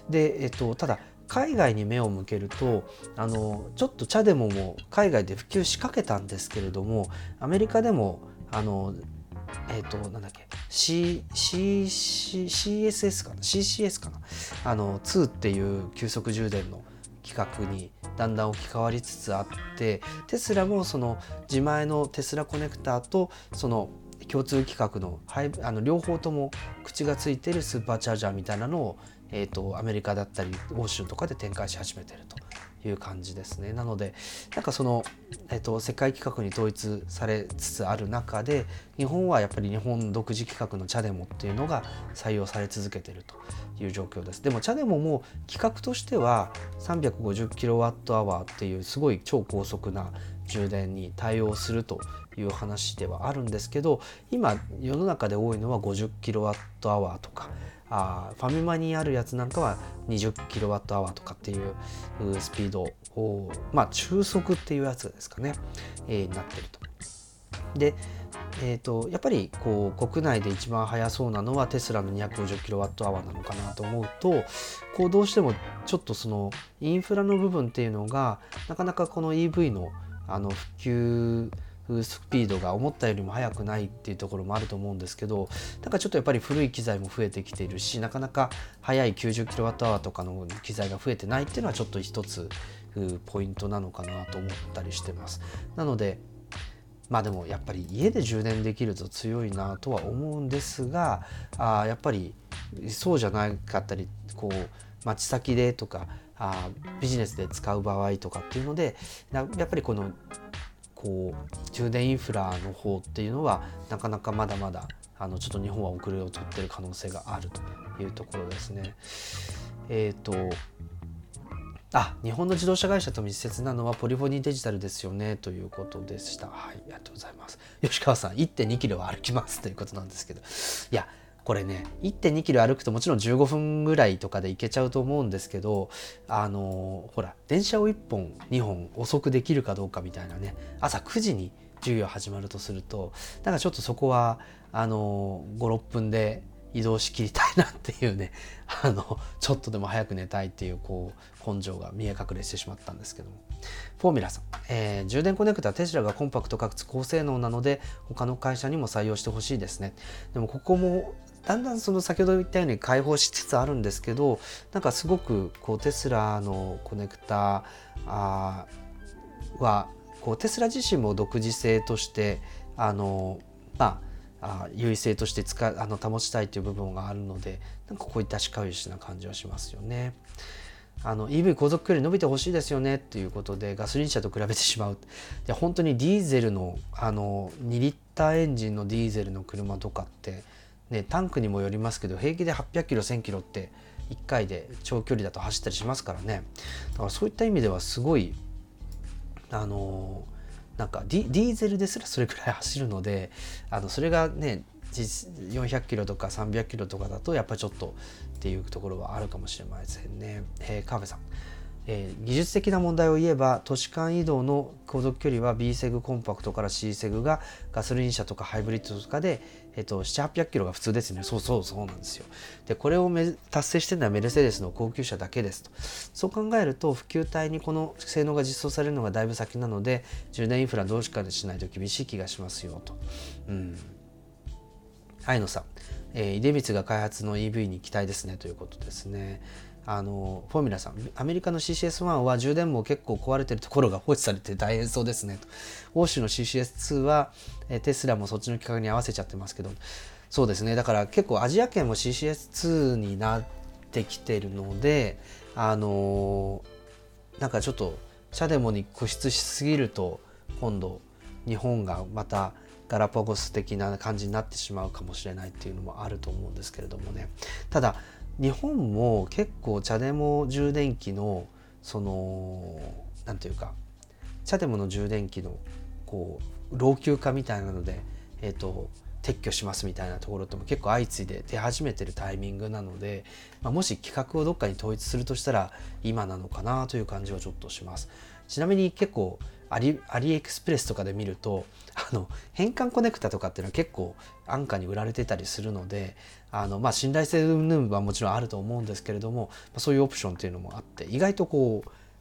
で、えっと、ただ海外に目を向けるとあのちょっとチャデモも海外で普及しかけたんですけれども、アメリカでもあのえっ、ー、となんだっけ C C C CSS かな シーシーエス かなあのツーっていう急速充電の規格にだんだん置き換わりつつあって、テスラもその自前のテスラコネクターとその共通規格のあの両方とも口がついてるスーパーチャージャーみたいなのを、えーと、アメリカだったり欧州とかで展開し始めてるという感じですね。なのでなんかその、えーと、世界規格に統一されつつある中で、日本はやっぱり日本独自規格のチャデモっていうのが採用され続けているという状況です。でもチャデモも規格としては さんびゃくごじゅうキロワットアワー っていうすごい超高速な充電に対応するという話ではあるんですけど、今世の中で多いのは ごじゅうキロワットアワー とか、あファミマにあるやつなんかは にじゅうキロワットアワー とかっていうスピードを、まあ中速っていうやつですかね、えー、なってると。で、えーと、やっぱりこう国内で一番速そうなのはテスラの にひゃくごじゅうキロワットアワー なのかなと思うと、こうどうしてもちょっとそのインフラの部分っていうのがなかなかこの イーブイ のあの普及スピードが思ったよりも速くないっていうところもあると思うんですけど、だからちょっとやっぱり古い機材も増えてきているし、なかなか速い きゅうじゅうキロワットアワー とかの機材が増えてないっていうのはちょっと一つポイントなのかなと思ったりしてます。なのでまあでもやっぱり家で充電できると強いなとは思うんですが、あやっぱりそうじゃなかったり、こう町先でとかあビジネスで使う場合とかっていうので、やっぱりこのこう充電インフラの方っていうのはなかなかまだまだあのちょっと日本は遅れを取ってる可能性があるというところですね。えっ、ー、とあ、日本の自動車会社と密接なのはポリフォニーデジタルですよねということでした。はい、ありがとうございます。吉川さん いってんにキロは歩きますということなんですけど、いやこれね いってんにキロ歩くともちろんじゅうごふんぐらいとかで行けちゃうと思うんですけど、あのほら電車をいっぽんにほん遅くできるかどうかみたいなね、朝くじに授業始まるとすると、だからちょっとそこはあのごろっぷんで移動しきりたいなっていうね、あのちょっとでも早く寝たいっていうこう根性が見え隠れしてしまったんですけども、フォーミュラさん、えー、充電コネクタはテスラがコンパクトかつ高性能なので他の会社にも採用してほしいですね。でもここもだんだんその先ほど言ったように開放しつつあるんですけど、なんかすごくこうテスラのコネクタはこうテスラ自身も独自性としてあのまああ優位性として使あの保ちたいという部分があるので、なんかこういったしかゆしな感じはしますよね。あの イーブイ 航続距離伸びてほしいですよねっていうことで、ガソリン車と比べてしまう。で本当にディーゼルのあのにリッターエンジンのディーゼルの車とかってね、タンクにもよりますけど平気ではっぴゃっキロせんキロっていっかいで長距離だと走ったりしますからね。だからそういった意味ではすごいあのなんか ディ, ディーゼルですらそれくらい走るので、あのそれがねよんひゃっキロとかさんびゃっキロとかだとやっぱりちょっとっていうところはあるかもしれませんね。えー、カーフェさん、えー、技術的な問題を言えば都市間移動の航続距離は B セグコンパクトから C セグがガソリン車とかハイブリッドとかで、えー、とななひゃく、はっぴゃっキロが普通ですね。そうそうそうなんですよ。でこれをめ達成してるのはメルセデスの高級車だけですと。そう考えると普及帯にこの性能が実装されるのがだいぶ先なので、充電インフラどうしかしないと厳しい気がしますよと。うん愛野さん、えー、出光が開発の イーブイ に期待ですねということですね。あのフォーミュラさん、アメリカの シーシーエスワン は充電も結構壊れてるところが放置されて大変そうですねと。欧州の シーシーエスツー は、えー、テスラもそっちの規格に合わせちゃってますけど、そうですね、だから結構アジア圏も シーシーエスツー になってきてるので、あのー、なんかちょっとシャデモに固執しすぎると今度日本がまたガラパゴス的な感じになってしまうかもしれないっていうのもあると思うんですけれどもね。ただ日本も結構チャデモ充電器のそのなんていうかチャデモの充電器のこう老朽化みたいなので、えーと、撤去しますみたいなところとも結構相次いで出始めてるタイミングなので、まあ、もし規格をどっかに統一するとしたら今なのかなという感じはちょっとします。ちなみに結構アリ、アリエクスプレスとかで見るとあの変換コネクタとかっていうのは結構安価に売られてたりするので、あの、まあ、信頼性云々はもちろんあると思うんですけれども、そういうオプションっていうのもあって意外とこう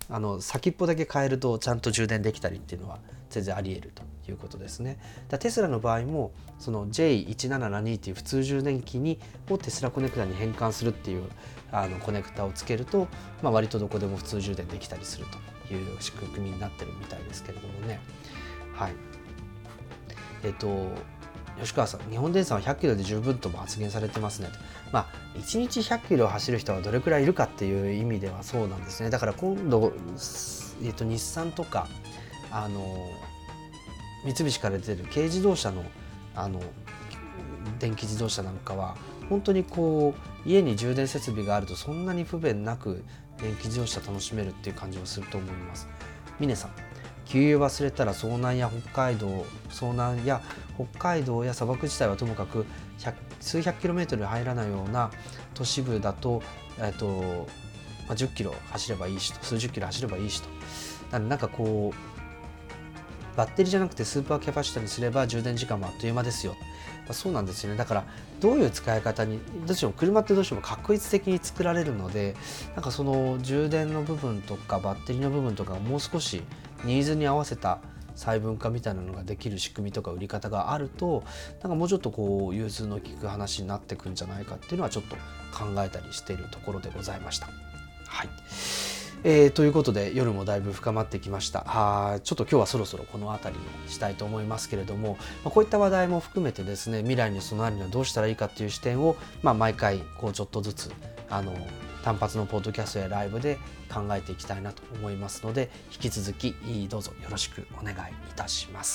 あの先っぽだけ変えるとちゃんと充電できたりっていうのは全然あり得るということですね。だテスラの場合もその ジェイいちなななに っていう普通充電器にをテスラコネクタに変換するっていうあのコネクタをつけると、まあ、割とどこでも普通充電できたりするという仕組みになってるみたいですけれどもね。はい。えっと吉川さん、日本電産はひゃっキロで十分とも発言されてますね。まあ、いちにちひゃっキロ走る人はどれくらいいるかっていう意味ではそうなんですね。だから今度、えっと、日産とかあの三菱から出てる軽自動車の、あの電気自動車なんかは本当にこう家に充電設備があるとそんなに不便なく電気自動車楽しめるっていう感じはすると思います。峰さん、給油忘れたら遭難や北海道遭難や北海道や砂漠自体はともかく数百キロメートル入らないような都市部だと、えっとまあ、じゅっキロ走ればいいしと数十キロ走ればいいしとなんかこうバッテリーじゃなくてスーパーキャパシタにすれば充電時間もあっという間ですよ。まあ、そうなんですよね。だからどういう使い方にどうしても車ってどうしても確率的に作られるので、なんかその充電の部分とかバッテリーの部分とかもう少しニーズに合わせた細分化みたいなのができる仕組みとか売り方があると、なんかもうちょっとこう融通の利く話になってくんじゃないかっていうのはちょっと考えたりしているところでございました。はい。えー、ということで夜もだいぶ深まってきました。あちょっと今日はそろそろこの辺りにしたいと思いますけれども、まあ、こういった話題も含めてですね、未来に備えるにはどうしたらいいかっていう視点を、まあ、毎回こうちょっとずつあの単発のポッドキャストやライブで考えていきたいなと思いますので、引き続きどうぞよろしくお願いいたします。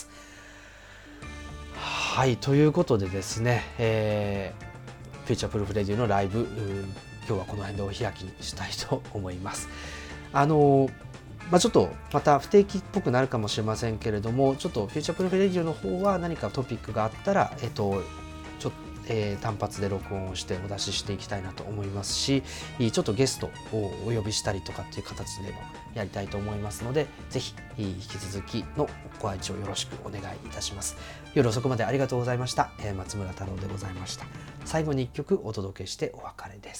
はい、ということでですね、えー、フューチャープルーフレディオのライブ今日はこの辺でお開きにしたいと思います。あのまあ、ちょっとまた不定期っぽくなるかもしれませんけれども、ちょっとフューチャープルーフレディオの方は何かトピックがあったら、えっとちょっとえー、単発で録音をしてお出ししていきたいなと思いますし、ちょっとゲストをお呼びしたりとかっていう形でもやりたいと思いますので、ぜひ引き続きのご愛聴よろしくお願いいたします。夜遅くまでありがとうございました。えー、松村太郎でございました。最後にいっきょくお届けしてお別れです。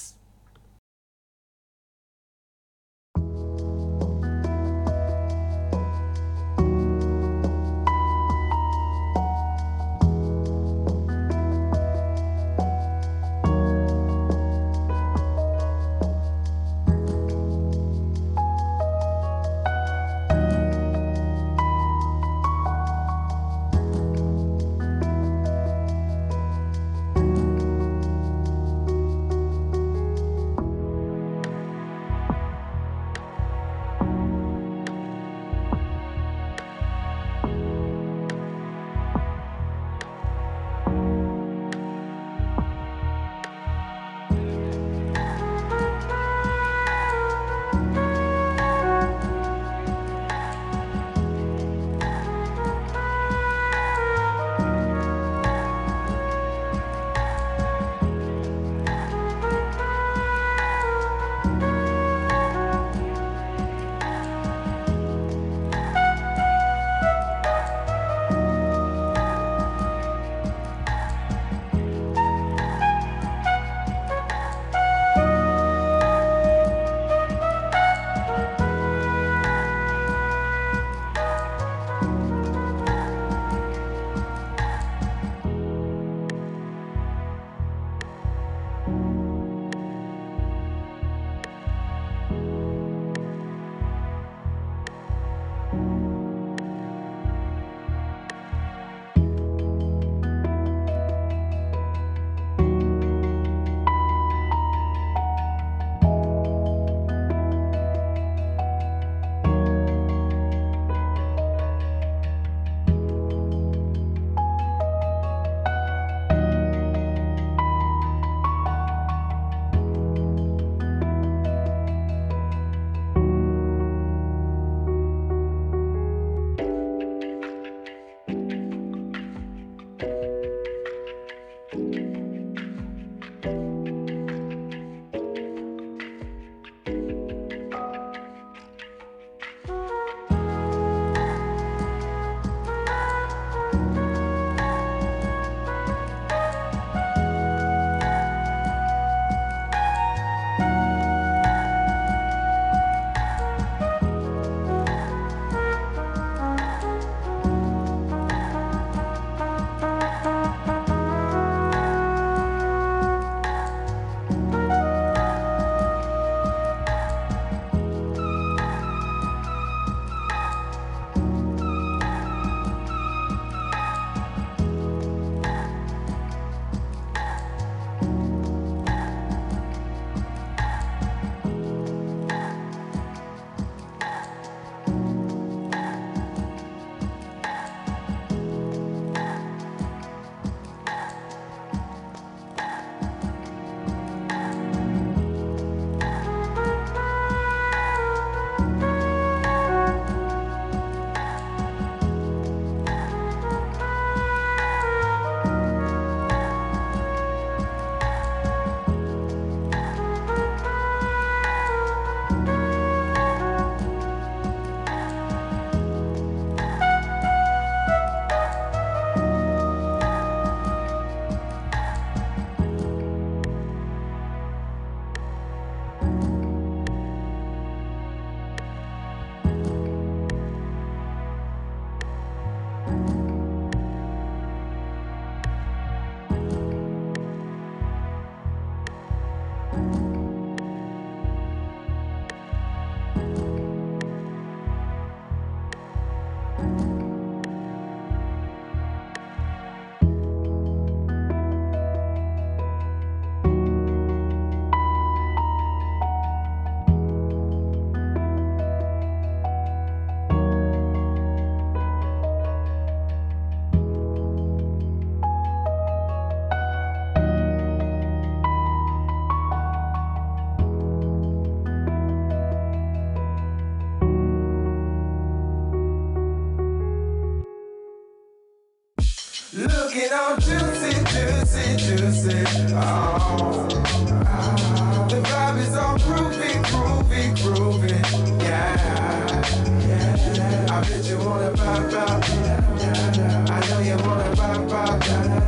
Looking all juicy, juicy, juicy. Oh, oh. The vibe is all groovy, groovy, groovy. Yeah, yeah. I bet you wanna pop out. I know you wanna pop out.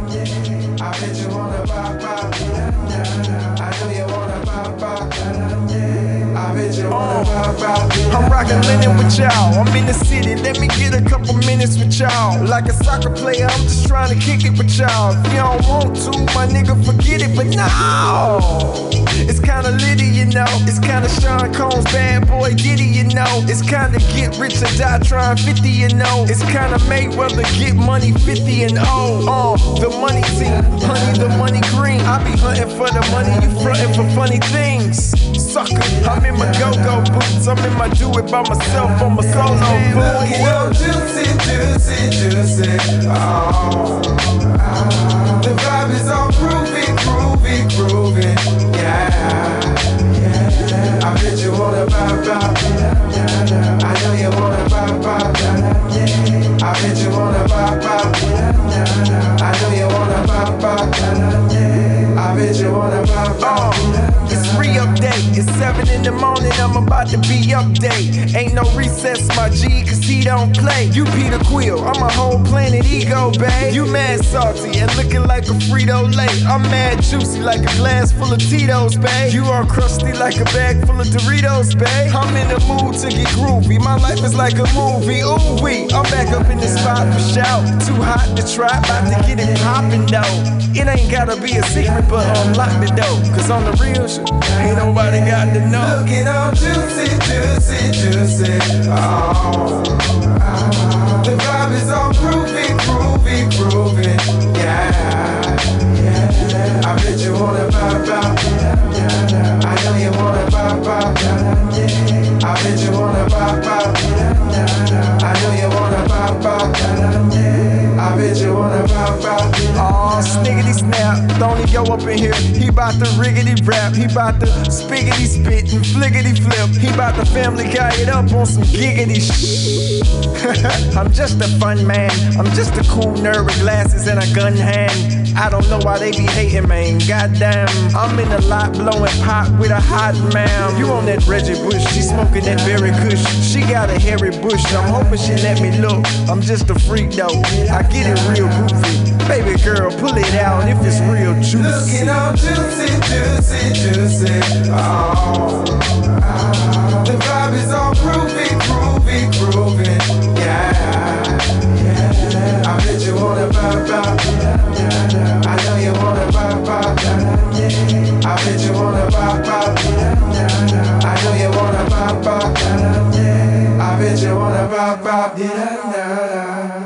I bet you wanna pop out. I know you wanna pop out. I bet you wanna pop out. I'm rockin' linen with y'all. I'm in the city, let me get a couple minutes with y'all. Like a soccer player, I'm just trying to kick it with y'all. If you don't want to, my nigga, forget it, but no. It's kinda litty, you know. It's kinda Sean Combs, bad boy Diddy, you know. It's kinda get rich or die trying fifty, you know. It's kinda Mayweather, get money fifty and oh. Uh, the money team, honey, the money green. I be hunting for the money, you frontin' for funny things. Sucker, I'm in my go-go boots. I'm in my do-it by myself on my solo boots. Looking all juicy, juicy, juicy. Oh, oh. The vibe is all groovy, groovy, groovy. Yeah, yeah. I bet you wanna pop out. I know you wanna pop out. I bet you wanna pop out. I know you wanna pop out. I bet you wanna pop out. It's re-update, it's seven in the morning, I'm about to be update. Ain't no recess, my G, cause he don't play. You Peter Quill, I'm a whole planet ego, babe. You mad salty and looking like a Frito-Lay. I'm mad juicy like a glass full of Tito's, babe. You are crusty like a bag full of Doritos, babe. I'm in the mood to get groovy, my life is like a movie, ooh wee. I'm back up in the spot for shout. Too hot to try, about to get it poppin' though. It ain't gotta be a secret, but unlock the door. Cause on the real shit, ain't nobody got to know. Looking all juicy, juicy, juicy. Oh, oh. The vibe is all groovy, groovy, groovy. Yeah, yeah. I bet you wanna pop out. I know you wanna pop out. I bet you wanna pop out. I know you wanna pop out. I bet you wanna pop out. Aw, sniggity snap, don't he go up in here? He bout to riggedy rap, he bout to spiggity spit and fliggity flip. He bout to family guy it up on some giggity shit. I'm just a fun man, I'm just a cool nerd with glasses and a gun hand. I don't know why they be hating, man, goddamn. I'm in a lot blowing pot with a hot man. You on that Reggie Bush, she smoking that berry kush. She got a hairy bush, I'm hoping she let me look. I'm just a freak though, I get it real goofy. Baby girl, pull it out if it's real juicy. Looking all juicy, juicy, juicy. Oh, oh. The vibe is all groovy, groovy, groovy. Yeah, yeah. I bet you wanna pop out. I know you wanna pop out. I bet you wanna pop out. I know you wanna pop out. I bet you wanna pop out. Yeah,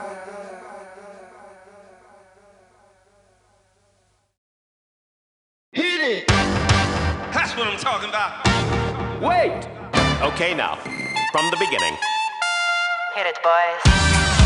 Hit it! That's what I'm talking about. Wait! Okay, now, from the beginning. Hit it, boys.